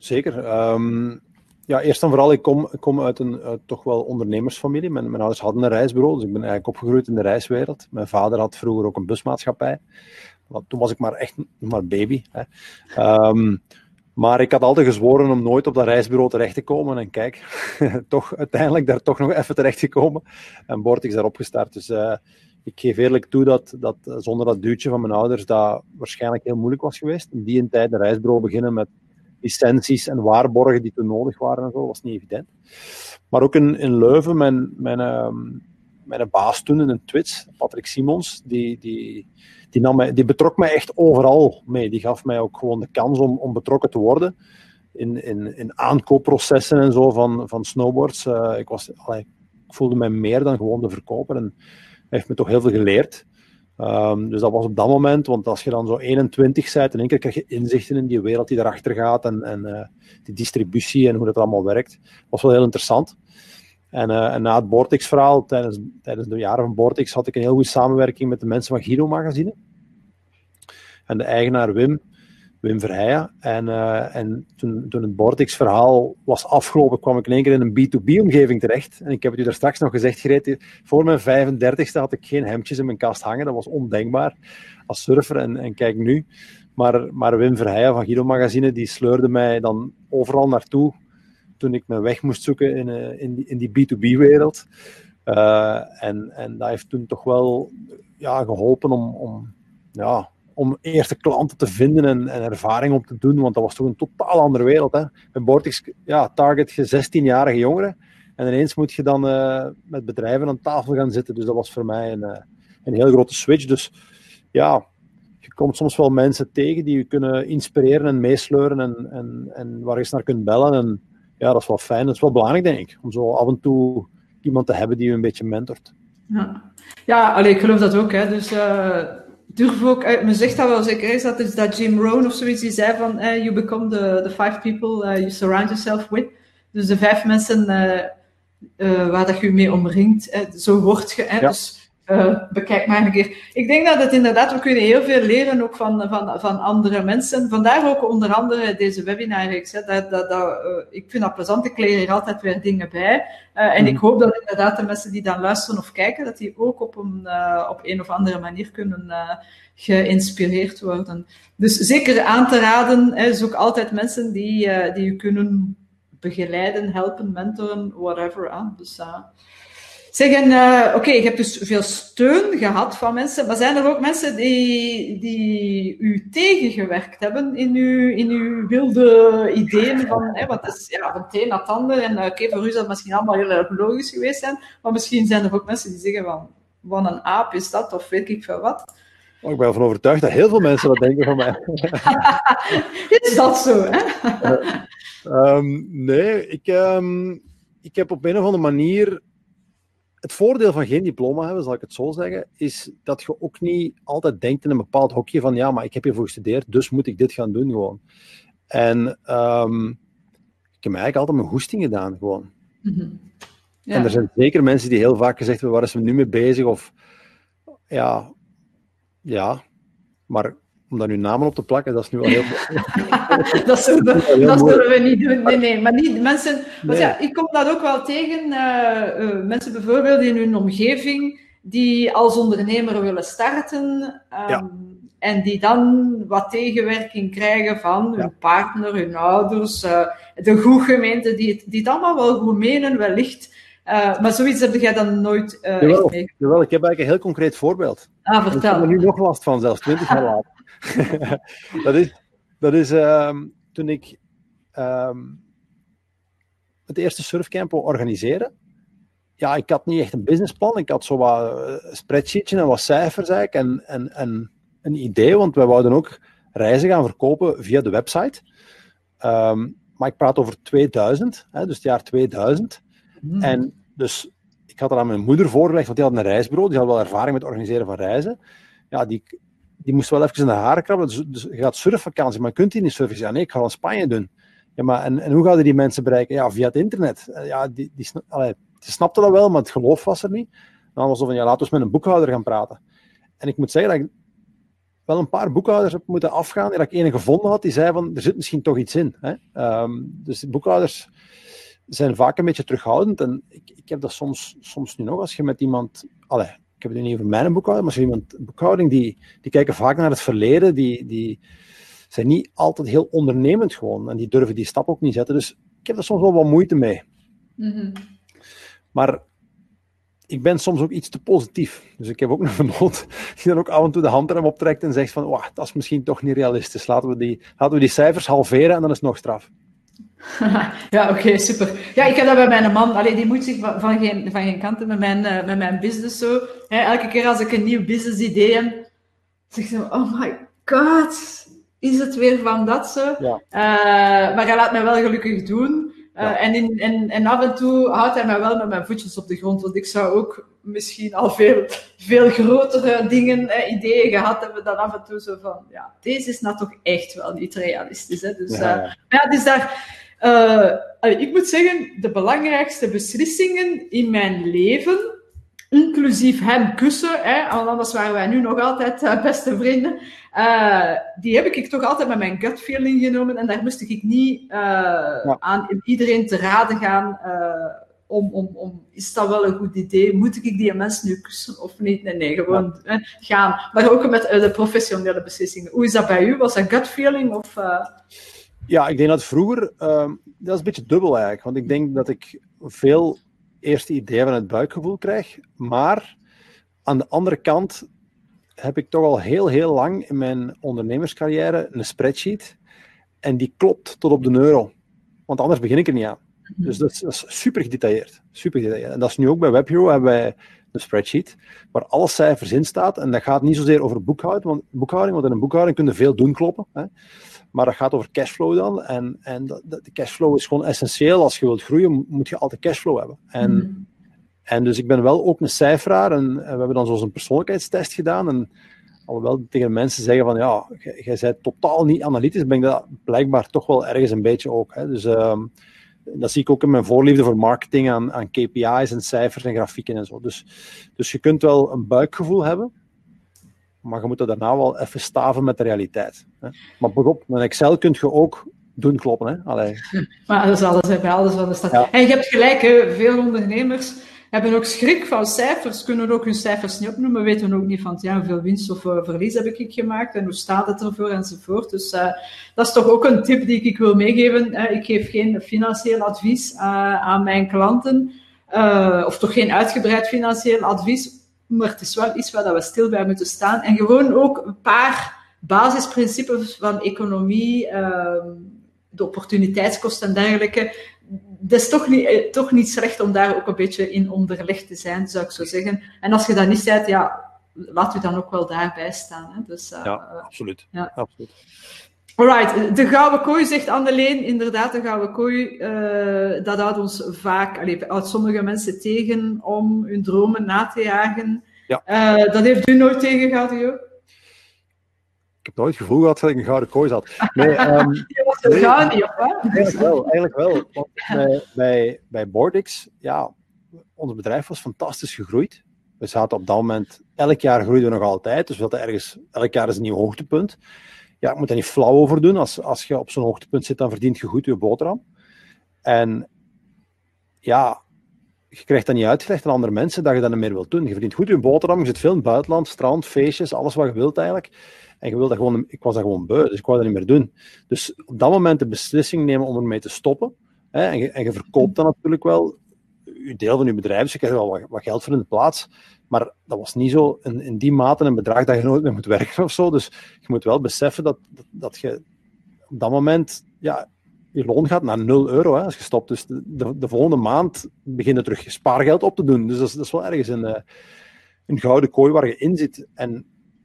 Eerst en vooral, ik kom uit een toch wel ondernemersfamilie. Mijn ouders hadden een reisbureau, dus ik ben eigenlijk opgegroeid in de reiswereld. Mijn vader had vroeger ook een busmaatschappij. Toen was ik maar baby. Hè. Maar ik had altijd gezworen om nooit op dat reisbureau terecht te komen. En kijk, uiteindelijk daar toch nog even terecht gekomen. En Boortix daarop gestart. Dus ik geef eerlijk toe dat zonder dat duwtje van mijn ouders dat waarschijnlijk heel moeilijk was geweest. In die tijd een reisbureau beginnen met licenties en waarborgen die toen nodig waren en zo, was niet evident. Maar ook in Leuven, mijn baas toen in een Twits, Patrick Simons, die betrok mij echt overal mee. Die gaf mij ook gewoon de kans om betrokken te worden in aankoopprocessen en zo van snowboards. Ik voelde mij meer dan gewoon de verkoper en hij heeft me toch heel veel geleerd. Dus dat was op dat moment, want als je dan zo 21 bent, in één keer krijg je inzichten in die wereld die daarachter gaat en die distributie en hoe dat allemaal werkt. Dat was wel heel interessant. En na het Boortix-verhaal, tijdens de jaren van Boortix, had ik een heel goede samenwerking met de mensen van Guido Magazine. En de eigenaar Wim Verheijen. En toen het Boortix-verhaal was afgelopen, kwam ik in één keer in een B2B-omgeving terecht. En ik heb het u daar straks nog gezegd, Greet, voor mijn 35ste had ik geen hemdjes in mijn kast hangen. Dat was ondenkbaar als surfer. En kijk nu. Maar Wim Verheijen van Guido Magazine, die sleurde mij dan overal naartoe toen ik mijn weg moest zoeken in die B2B-wereld. En dat heeft toen toch wel geholpen om eerste klanten te vinden en ervaring op te doen, want dat was toch een totaal andere wereld. Hè? Bij Boortix target je 16-jarige jongeren en ineens moet je dan met bedrijven aan tafel gaan zitten. Dus dat was voor mij een heel grote switch. Dus ja, je komt soms wel mensen tegen die je kunnen inspireren en meesleuren en waar je eens naar kunt bellen. En ja, dat is wel fijn. Dat is wel belangrijk, denk ik, om zo af en toe iemand te hebben die je een beetje mentort. Ja, ik geloof dat ook. Hè. Dus durf ook... men zegt dat wel zeker, is dat Jim Rohn of zoiets, die zei van you become the 5 people you surround yourself with. Dus de 5 mensen waar dat je mee omringt, zo word je. Ja. Dus bekijk maar een keer. Ik denk dat het inderdaad, we kunnen heel veel leren ook van andere mensen. Vandaar ook onder andere deze webinarreeks. Ik vind dat plezant, ik leer hier altijd weer dingen bij. En ik hoop dat inderdaad de mensen die dan luisteren of kijken, dat die ook op een of andere manier kunnen geïnspireerd worden. Dus zeker aan te raden, zoek altijd mensen die je kunnen begeleiden, helpen, mentoren, whatever. Dus... Oké, je hebt dus veel steun gehad van mensen, maar zijn er ook mensen die u tegengewerkt hebben in uw wilde ideeën van, wat is van het een naar het ander, en voor u zal het misschien allemaal heel erg logisch geweest zijn, maar misschien zijn er ook mensen die zeggen van, wat een aap is dat, of weet ik veel wat. Ik ben ervan overtuigd dat heel veel mensen dat denken van mij. Is dat zo, hè? Nee, ik heb op een of andere manier... Het voordeel van geen diploma hebben, zal ik het zo zeggen, is dat je ook niet altijd denkt in een bepaald hokje van ja, maar ik heb hiervoor gestudeerd, dus moet ik dit gaan doen gewoon. En ik heb eigenlijk altijd mijn goesting gedaan gewoon. Mm-hmm. Ja. En er zijn zeker mensen die heel vaak gezegd hebben, waar is we nu mee bezig? Of ja, maar om daar nu namen op te plakken, dat is nu wel heel... dat zullen we niet doen. Nee, maar niet mensen... Nee. Ja, ik kom dat ook wel tegen. Mensen bijvoorbeeld in hun omgeving die als ondernemer willen starten en die dan wat tegenwerking krijgen van hun partner, hun ouders, de goedgemeente, die het allemaal wel goed menen, wellicht. Maar zoiets heb jij dan nooit echt meegemaakt? Jawel, ik heb eigenlijk een heel concreet voorbeeld. Vertel. Ik heb er nu nog last van, zelfs 20 jaar later. dat is toen ik het eerste surfcamp wou organiseren. Ja, ik had niet echt een businessplan. Ik had zo wat spreadsheetje en wat cijfers eigenlijk en een idee, want wij wouden ook reizen gaan verkopen via de website. Maar ik praat over 2000, dus het jaar 2000. En dus ik had dat aan mijn moeder voorgelegd, want die had een reisbureau, die had wel ervaring met het organiseren van reizen. Ja, die moest wel even in de haren krabben. Dus je gaat surfvakantie, maar kunt die niet surfen? Ja, nee, ik ga in Spanje doen. Ja, maar en hoe gaan die mensen bereiken? Ja, via het internet. Ja, die snapte dat wel, maar het geloof was er niet. Dan was het van, ja, laten we eens met een boekhouder gaan praten. En ik moet zeggen dat ik wel een paar boekhouders heb moeten afgaan, en dat ik ene gevonden had, die zei van, er zit misschien toch iets in. Hè? Dus de boekhouders zijn vaak een beetje terughoudend. En ik heb dat soms nu nog, als je met iemand... ik heb het niet over mijn boekhouding, maar als je iemand boekhouding, die kijken vaak naar het verleden, die zijn niet altijd heel ondernemend gewoon. En die durven die stap ook niet zetten. Dus ik heb er soms wel wat moeite mee. Mm-hmm. Maar ik ben soms ook iets te positief. Dus ik heb ook een vernoot die dan ook af en toe de hand erop optrekt en zegt van, dat is misschien toch niet realistisch. Laten we die cijfers halveren en dan is het nog straf. Ja, oké, super. Ja, ik heb dat bij mijn man. Die moet zich van geen kanten met mijn business zo. Elke keer als ik een nieuw business idee heb, zeg ik zo, oh my god, is het weer van dat zo? Ja. Maar hij laat mij wel gelukkig doen. Ja. En af en toe houdt hij mij wel met mijn voetjes op de grond, want ik zou ook misschien al veel grotere dingen, ideeën gehad hebben dan af en toe zo van, ja, deze is nou toch echt wel niet realistisch. Hè? Dus, dus daar... ik moet zeggen, de belangrijkste beslissingen in mijn leven, inclusief hem kussen, anders waren wij nu nog altijd beste vrienden, die heb ik toch altijd met mijn gut feeling genomen en daar moest ik niet aan iedereen te raden gaan om is dat wel een goed idee, moet ik die mensen nu kussen of niet? Nee, gewoon gaan. Maar ook met de professionele beslissingen. Hoe is dat bij u? Was dat gut feeling of... Ja, ik denk dat vroeger, dat is een beetje dubbel eigenlijk, want ik denk dat ik veel eerste ideeën van het buikgevoel krijg, maar aan de andere kant heb ik toch al heel lang in mijn ondernemerscarrière een spreadsheet en die klopt tot op de euro, want anders begin ik er niet aan. Dus dat is super gedetailleerd. En dat is nu ook bij WebHero, hebben wij een spreadsheet, waar alle cijfers in staat. En dat gaat niet zozeer over boekhouding, want in een boekhouding kun je veel doen kloppen. Hè. Maar dat gaat over cashflow dan. En de cashflow is gewoon essentieel. Als je wilt groeien, moet je altijd cashflow hebben. En dus ik ben wel ook een cijferaar. En we hebben dan zo'n persoonlijkheidstest gedaan. En alhoewel tegen mensen zeggen van, ja, jij bent totaal niet analytisch, ben ik dat blijkbaar toch wel ergens een beetje ook. Hè. Dus dat zie ik ook in mijn voorliefde voor marketing aan KPI's en cijfers en grafieken en zo. Dus je kunt wel een buikgevoel hebben, maar je moet er daarna wel even staven met de realiteit. Hè. Maar bijvoorbeeld, een Excel kun je ook doen kloppen. Hè. Allee. Maar dat is alles, bij alles wat er staat. Ja. En je hebt gelijk, hè, veel ondernemers hebben ook schrik van cijfers, kunnen ook hun cijfers niet opnoemen, weten ook niet van hoeveel winst of verlies heb ik gemaakt en hoe staat het ervoor enzovoort. Dus dat is toch ook een tip die ik wil meegeven. Ik geef geen financieel advies aan mijn klanten, of toch geen uitgebreid financieel advies, maar het is wel iets waar we stil bij moeten staan. En gewoon ook een paar basisprincipes van economie, de opportuniteitskosten en dergelijke. Dat is toch niet slecht om daar ook een beetje in onderlegd te zijn, zou ik zo zeggen. En als je dat niet bent, ja, laat u dan ook wel daarbij staan. Hè. Dus, ja, absoluut. Ja. Absoluut. Alright, de gouden kooi, zegt Anneleen. Inderdaad, de gouden kooi, dat houdt ons vaak, houdt sommige mensen tegen om hun dromen na te jagen. Ja. Dat heeft u nooit tegengehouden, Jo? Ik heb nooit het gevoel gehad dat ik een gouden kooi zat. Nee, je was er gouden niet, of wat? Eigenlijk wel. Want bij Bordix, ja, ons bedrijf was fantastisch gegroeid. We zaten op dat moment, elk jaar groeiden we nog altijd. Dus we hadden ergens, elk jaar is een nieuw hoogtepunt. Ja, ik moet daar niet flauw over doen. Als je op zo'n hoogtepunt zit, dan verdient je goed je boterham. En ja, je krijgt dat niet uitgelegd aan andere mensen dat je dat niet meer wilt doen. Je verdient goed je boterham, je zit veel in het buitenland, strand, feestjes, alles wat je wilt eigenlijk. En je wil dat gewoon, ik was dat gewoon beu, dus ik wou dat niet meer doen. Dus op dat moment de beslissing nemen om ermee te stoppen. Hè, en je verkoopt dan natuurlijk wel je deel van je bedrijf, dus je krijgt wel wat geld voor in de plaats. Maar dat was niet zo in die mate een bedrag dat je nooit meer moet werken of zo. Dus je moet wel beseffen dat je op dat moment, ja, je loon gaat naar €0 hè, als je stopt. Dus de volgende maand begin je terug je spaargeld op te doen. Dus dat is wel ergens een gouden kooi waar je in zit. En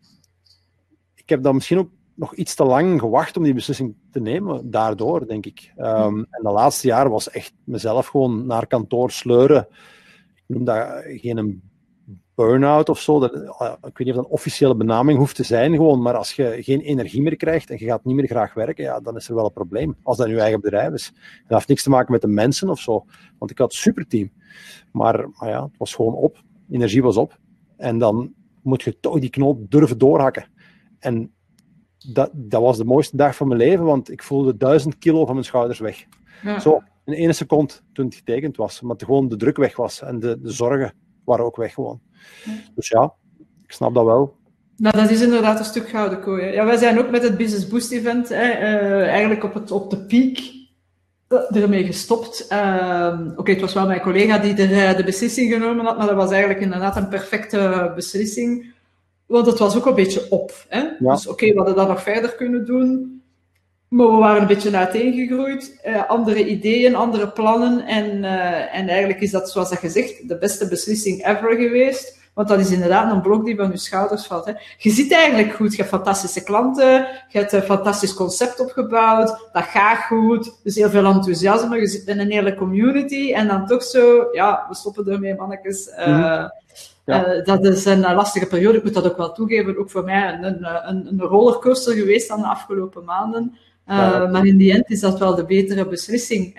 ik heb dan misschien ook nog iets te lang gewacht om die beslissing te nemen, daardoor, denk ik. En de laatste jaar was echt mezelf gewoon naar kantoor sleuren. Ik noem dat geen burn-out of zo. Ik weet niet of dat een officiële benaming hoeft te zijn, gewoon. Maar als je geen energie meer krijgt en je gaat niet meer graag werken, ja, dan is er wel een probleem. Als dat je eigen bedrijf is. Dat heeft niks te maken met de mensen of zo. Want ik had een superteam. Maar ja, het was gewoon op. Energie was op. En dan moet je toch die knoop durven doorhakken. En dat was de mooiste dag van mijn leven, want ik voelde 1000 kilo van mijn schouders weg. Ja. Zo, in 1 seconde toen het getekend was. Maar gewoon de druk weg was. En de zorgen waren ook weg gewoon. Ja. Dus ja, ik snap dat wel. Nou, dat is inderdaad een stuk gouden kooi. Ja, wij zijn ook met het Business Boost Event eigenlijk op de piek ermee gestopt. Oké, het was wel mijn collega die er de beslissing genomen had, maar dat was eigenlijk inderdaad een perfecte beslissing. Want het was ook een beetje op. Hè? Ja. Dus oké, we hadden dat nog verder kunnen doen. Maar we waren een beetje uiteengegroeid. Andere ideeën, andere plannen. En eigenlijk is dat, zoals dat gezegd, de beste beslissing ever geweest. Want dat is inderdaad een blok die van je schouders valt. Hè. Je zit eigenlijk goed. Je hebt fantastische klanten. Je hebt een fantastisch concept opgebouwd. Dat gaat goed. Dus heel veel enthousiasme. Je zit in een hele community. En dan toch zo, ja, we stoppen ermee, mannetjes. Ja. Dat is een lastige periode. Ik moet dat ook wel toegeven. Ook voor mij een rollercoaster geweest aan de afgelopen maanden. Maar in die end is dat wel de betere beslissing.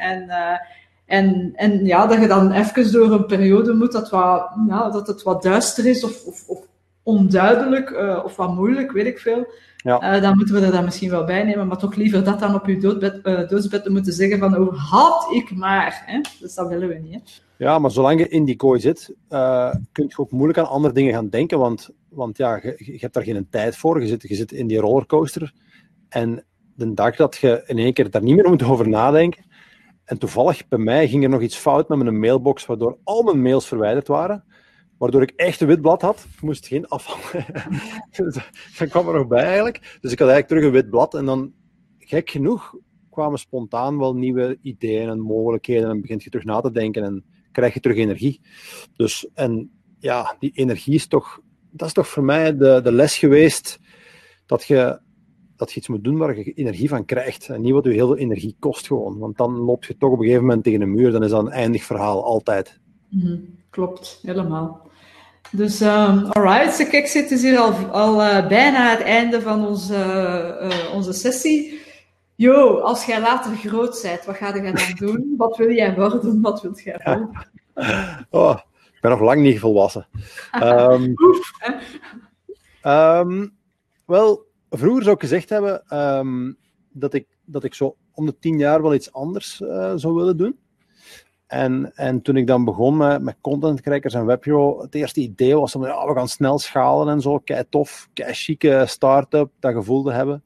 En ja, dat je dan even door een periode moet dat het wat duister is of onduidelijk of wat moeilijk, weet ik veel. Ja. Dan moeten we er dan misschien wel bij nemen, maar toch liever dat dan op je doodsbed te moeten zeggen van, oh, had ik maar. Hè? Dus dat willen we niet. Hè? Ja, maar zolang je in die kooi zit, kun je ook moeilijk aan andere dingen gaan denken, want ja, je hebt daar geen tijd voor. Je zit in die rollercoaster en de dag dat je in één keer daar niet meer moet over nadenken, en toevallig bij mij ging er nog iets fout met mijn mailbox, waardoor al mijn mails verwijderd waren, waardoor ik echt een wit blad had. Ik moest geen afval. Dat kwam er nog bij eigenlijk. Dus ik had eigenlijk terug een wit blad en dan, gek genoeg, kwamen spontaan wel nieuwe ideeën en mogelijkheden en begint je terug na te denken en krijg je terug energie. Dus, en ja, die energie is toch... Dat is toch voor mij de les geweest dat je iets moet doen waar je energie van krijgt. En niet wat je heel veel energie kost gewoon. Want dan loop je toch op een gegeven moment tegen een muur. Dan is dat een eindig verhaal, altijd. Klopt, helemaal. Dus, alright. Kijk, zit dus hier al bijna het einde van onze sessie. Jo, als jij later groot bent, wat ga jij dan doen? Wat wil jij worden? Wat wil jij worden? Oh, ik ben nog lang niet volwassen. Wel, vroeger zou ik gezegd hebben dat ik zo om de 10 jaar wel iets anders zou willen doen. En toen ik dan begon met Content Crackers en WebHero, het eerste idee was we gaan snel schalen en zo. Kei tof, kei chique start-up, dat gevoel te hebben.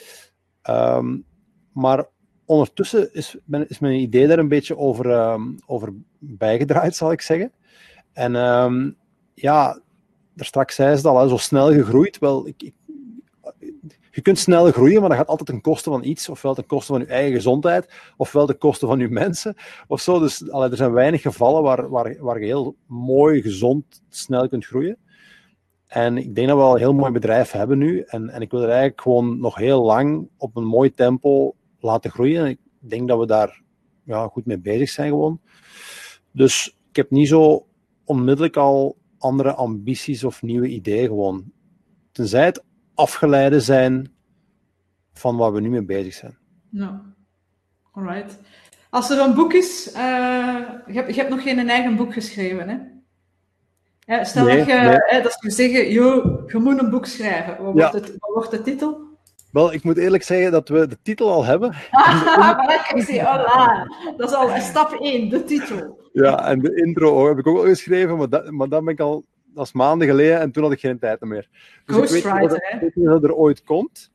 Maar ondertussen is mijn idee daar een beetje over bijgedraaid, zal ik zeggen. En daar straks zei ze al, zo snel gegroeid. Wel, je kunt snel groeien, maar dat gaat altijd ten koste van iets. Ofwel ten koste van je eigen gezondheid, ofwel ten koste van je mensen. Of zo. Dus er zijn weinig gevallen waar je heel mooi, gezond, snel kunt groeien. En ik denk dat we al een heel mooi bedrijf hebben nu. En ik wil er eigenlijk gewoon nog heel lang op een mooi tempo laten groeien. En ik denk dat we daar goed mee bezig zijn gewoon. Dus ik heb niet zo onmiddellijk al andere ambities of nieuwe ideeën gewoon. Tenzij het afgeleiden zijn van waar we nu mee bezig zijn. Nou, alright. Als er een boek is, je hebt nog geen eigen boek geschreven, hè? Ja, stel dat je zeggen, je moet een boek schrijven. Wat wordt de titel? Wel, ik moet eerlijk zeggen dat we de titel al hebben. Dat is al stap 1, de titel. Ja, en de intro heb ik ook al geschreven, maar dat ben ik al... Dat is maanden geleden en toen had ik geen tijd meer. Dus ik weet niet dat er ooit komt.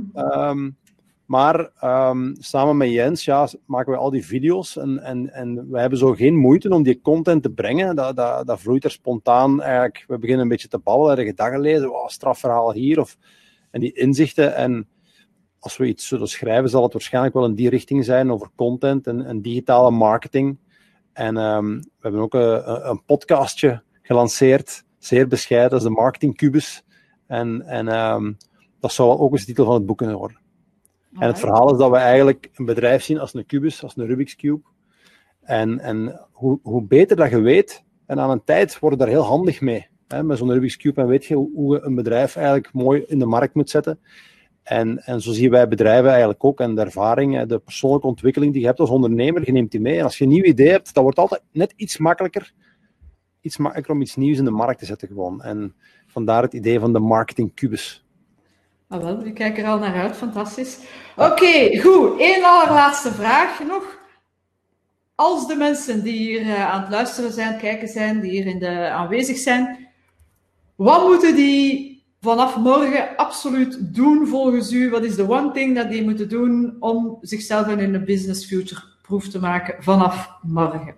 Maar samen met Jens maken we al die video's en we hebben zo geen moeite om die content te brengen. Dat vloeit er spontaan eigenlijk. We beginnen een beetje te babbelen, de gedachten lezen, strafverhaal hier en die inzichten. En als we iets zullen schrijven, zal het waarschijnlijk wel in die richting zijn over content en digitale marketing. En we hebben ook een podcastje gelanceerd. Zeer bescheiden, dat is de Marketing Kubus. En dat zou ook eens de titel van het boek kunnen worden. En het verhaal is dat we eigenlijk een bedrijf zien als een kubus, als een Rubik's Cube. En hoe beter dat je weet, en aan een tijd worden daar heel handig mee. Hè, met zo'n Rubik's Cube, en weet je hoe je een bedrijf eigenlijk mooi in de markt moet zetten. En zo zien wij bedrijven eigenlijk ook. En de ervaring, de persoonlijke ontwikkeling die je hebt als ondernemer, je neemt die mee. En als je een nieuw idee hebt, dat wordt altijd net iets makkelijker om iets nieuws in de markt te zetten gewoon. En vandaar het idee van de Marketing Kubus. Wel, ik kijk er al naar uit. Fantastisch. Oké, goed. Eén allerlaatste vraag nog. Als de mensen die hier aan het luisteren zijn, kijken zijn, die hier aanwezig zijn, wat moeten die vanaf morgen absoluut doen volgens u? Wat is de one thing dat die moeten doen om zichzelf in een business future proof te maken vanaf morgen?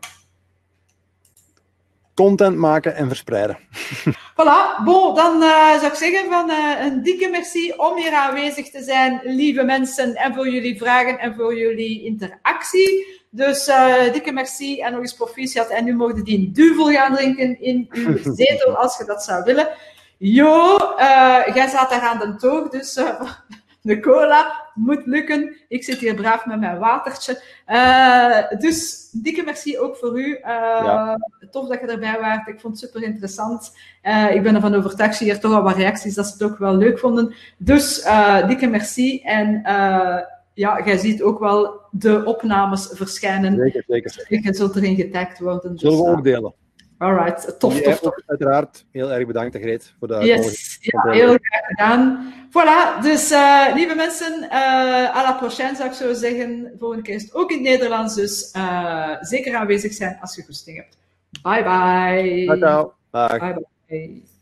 Content maken en verspreiden. Voilà, bon, dan zou ik zeggen van een dikke merci om hier aanwezig te zijn, lieve mensen, en voor jullie vragen en voor jullie interactie. Dus dikke merci en nog eens proficiat. En nu mogen die een duvel gaan drinken in uw zetel als je dat zou willen. Jo, jij staat daar aan de toog, dus de cola moet lukken. Ik zit hier braaf met mijn watertje. Dus dikke merci ook voor u. Tof dat je erbij waart. Ik vond het super interessant. Ik ben ervan overtuigd, ik zie hier toch al wat reacties dat ze het ook wel leuk vonden. Dus dikke merci. En jij ziet ook wel de opnames verschijnen. Zeker. Je zult erin getagd worden. Dus, zullen we ook delen. Alright, tof. Uiteraard, heel erg bedankt, Greet, voor de yes, ja, heel graag gedaan. Voilà, dus lieve mensen, à la prochaine zou ik zo zeggen. Volgende keer is het ook in het Nederlands, dus zeker aanwezig zijn als je goesting hebt. Bye bye. Ciao. Bye bye.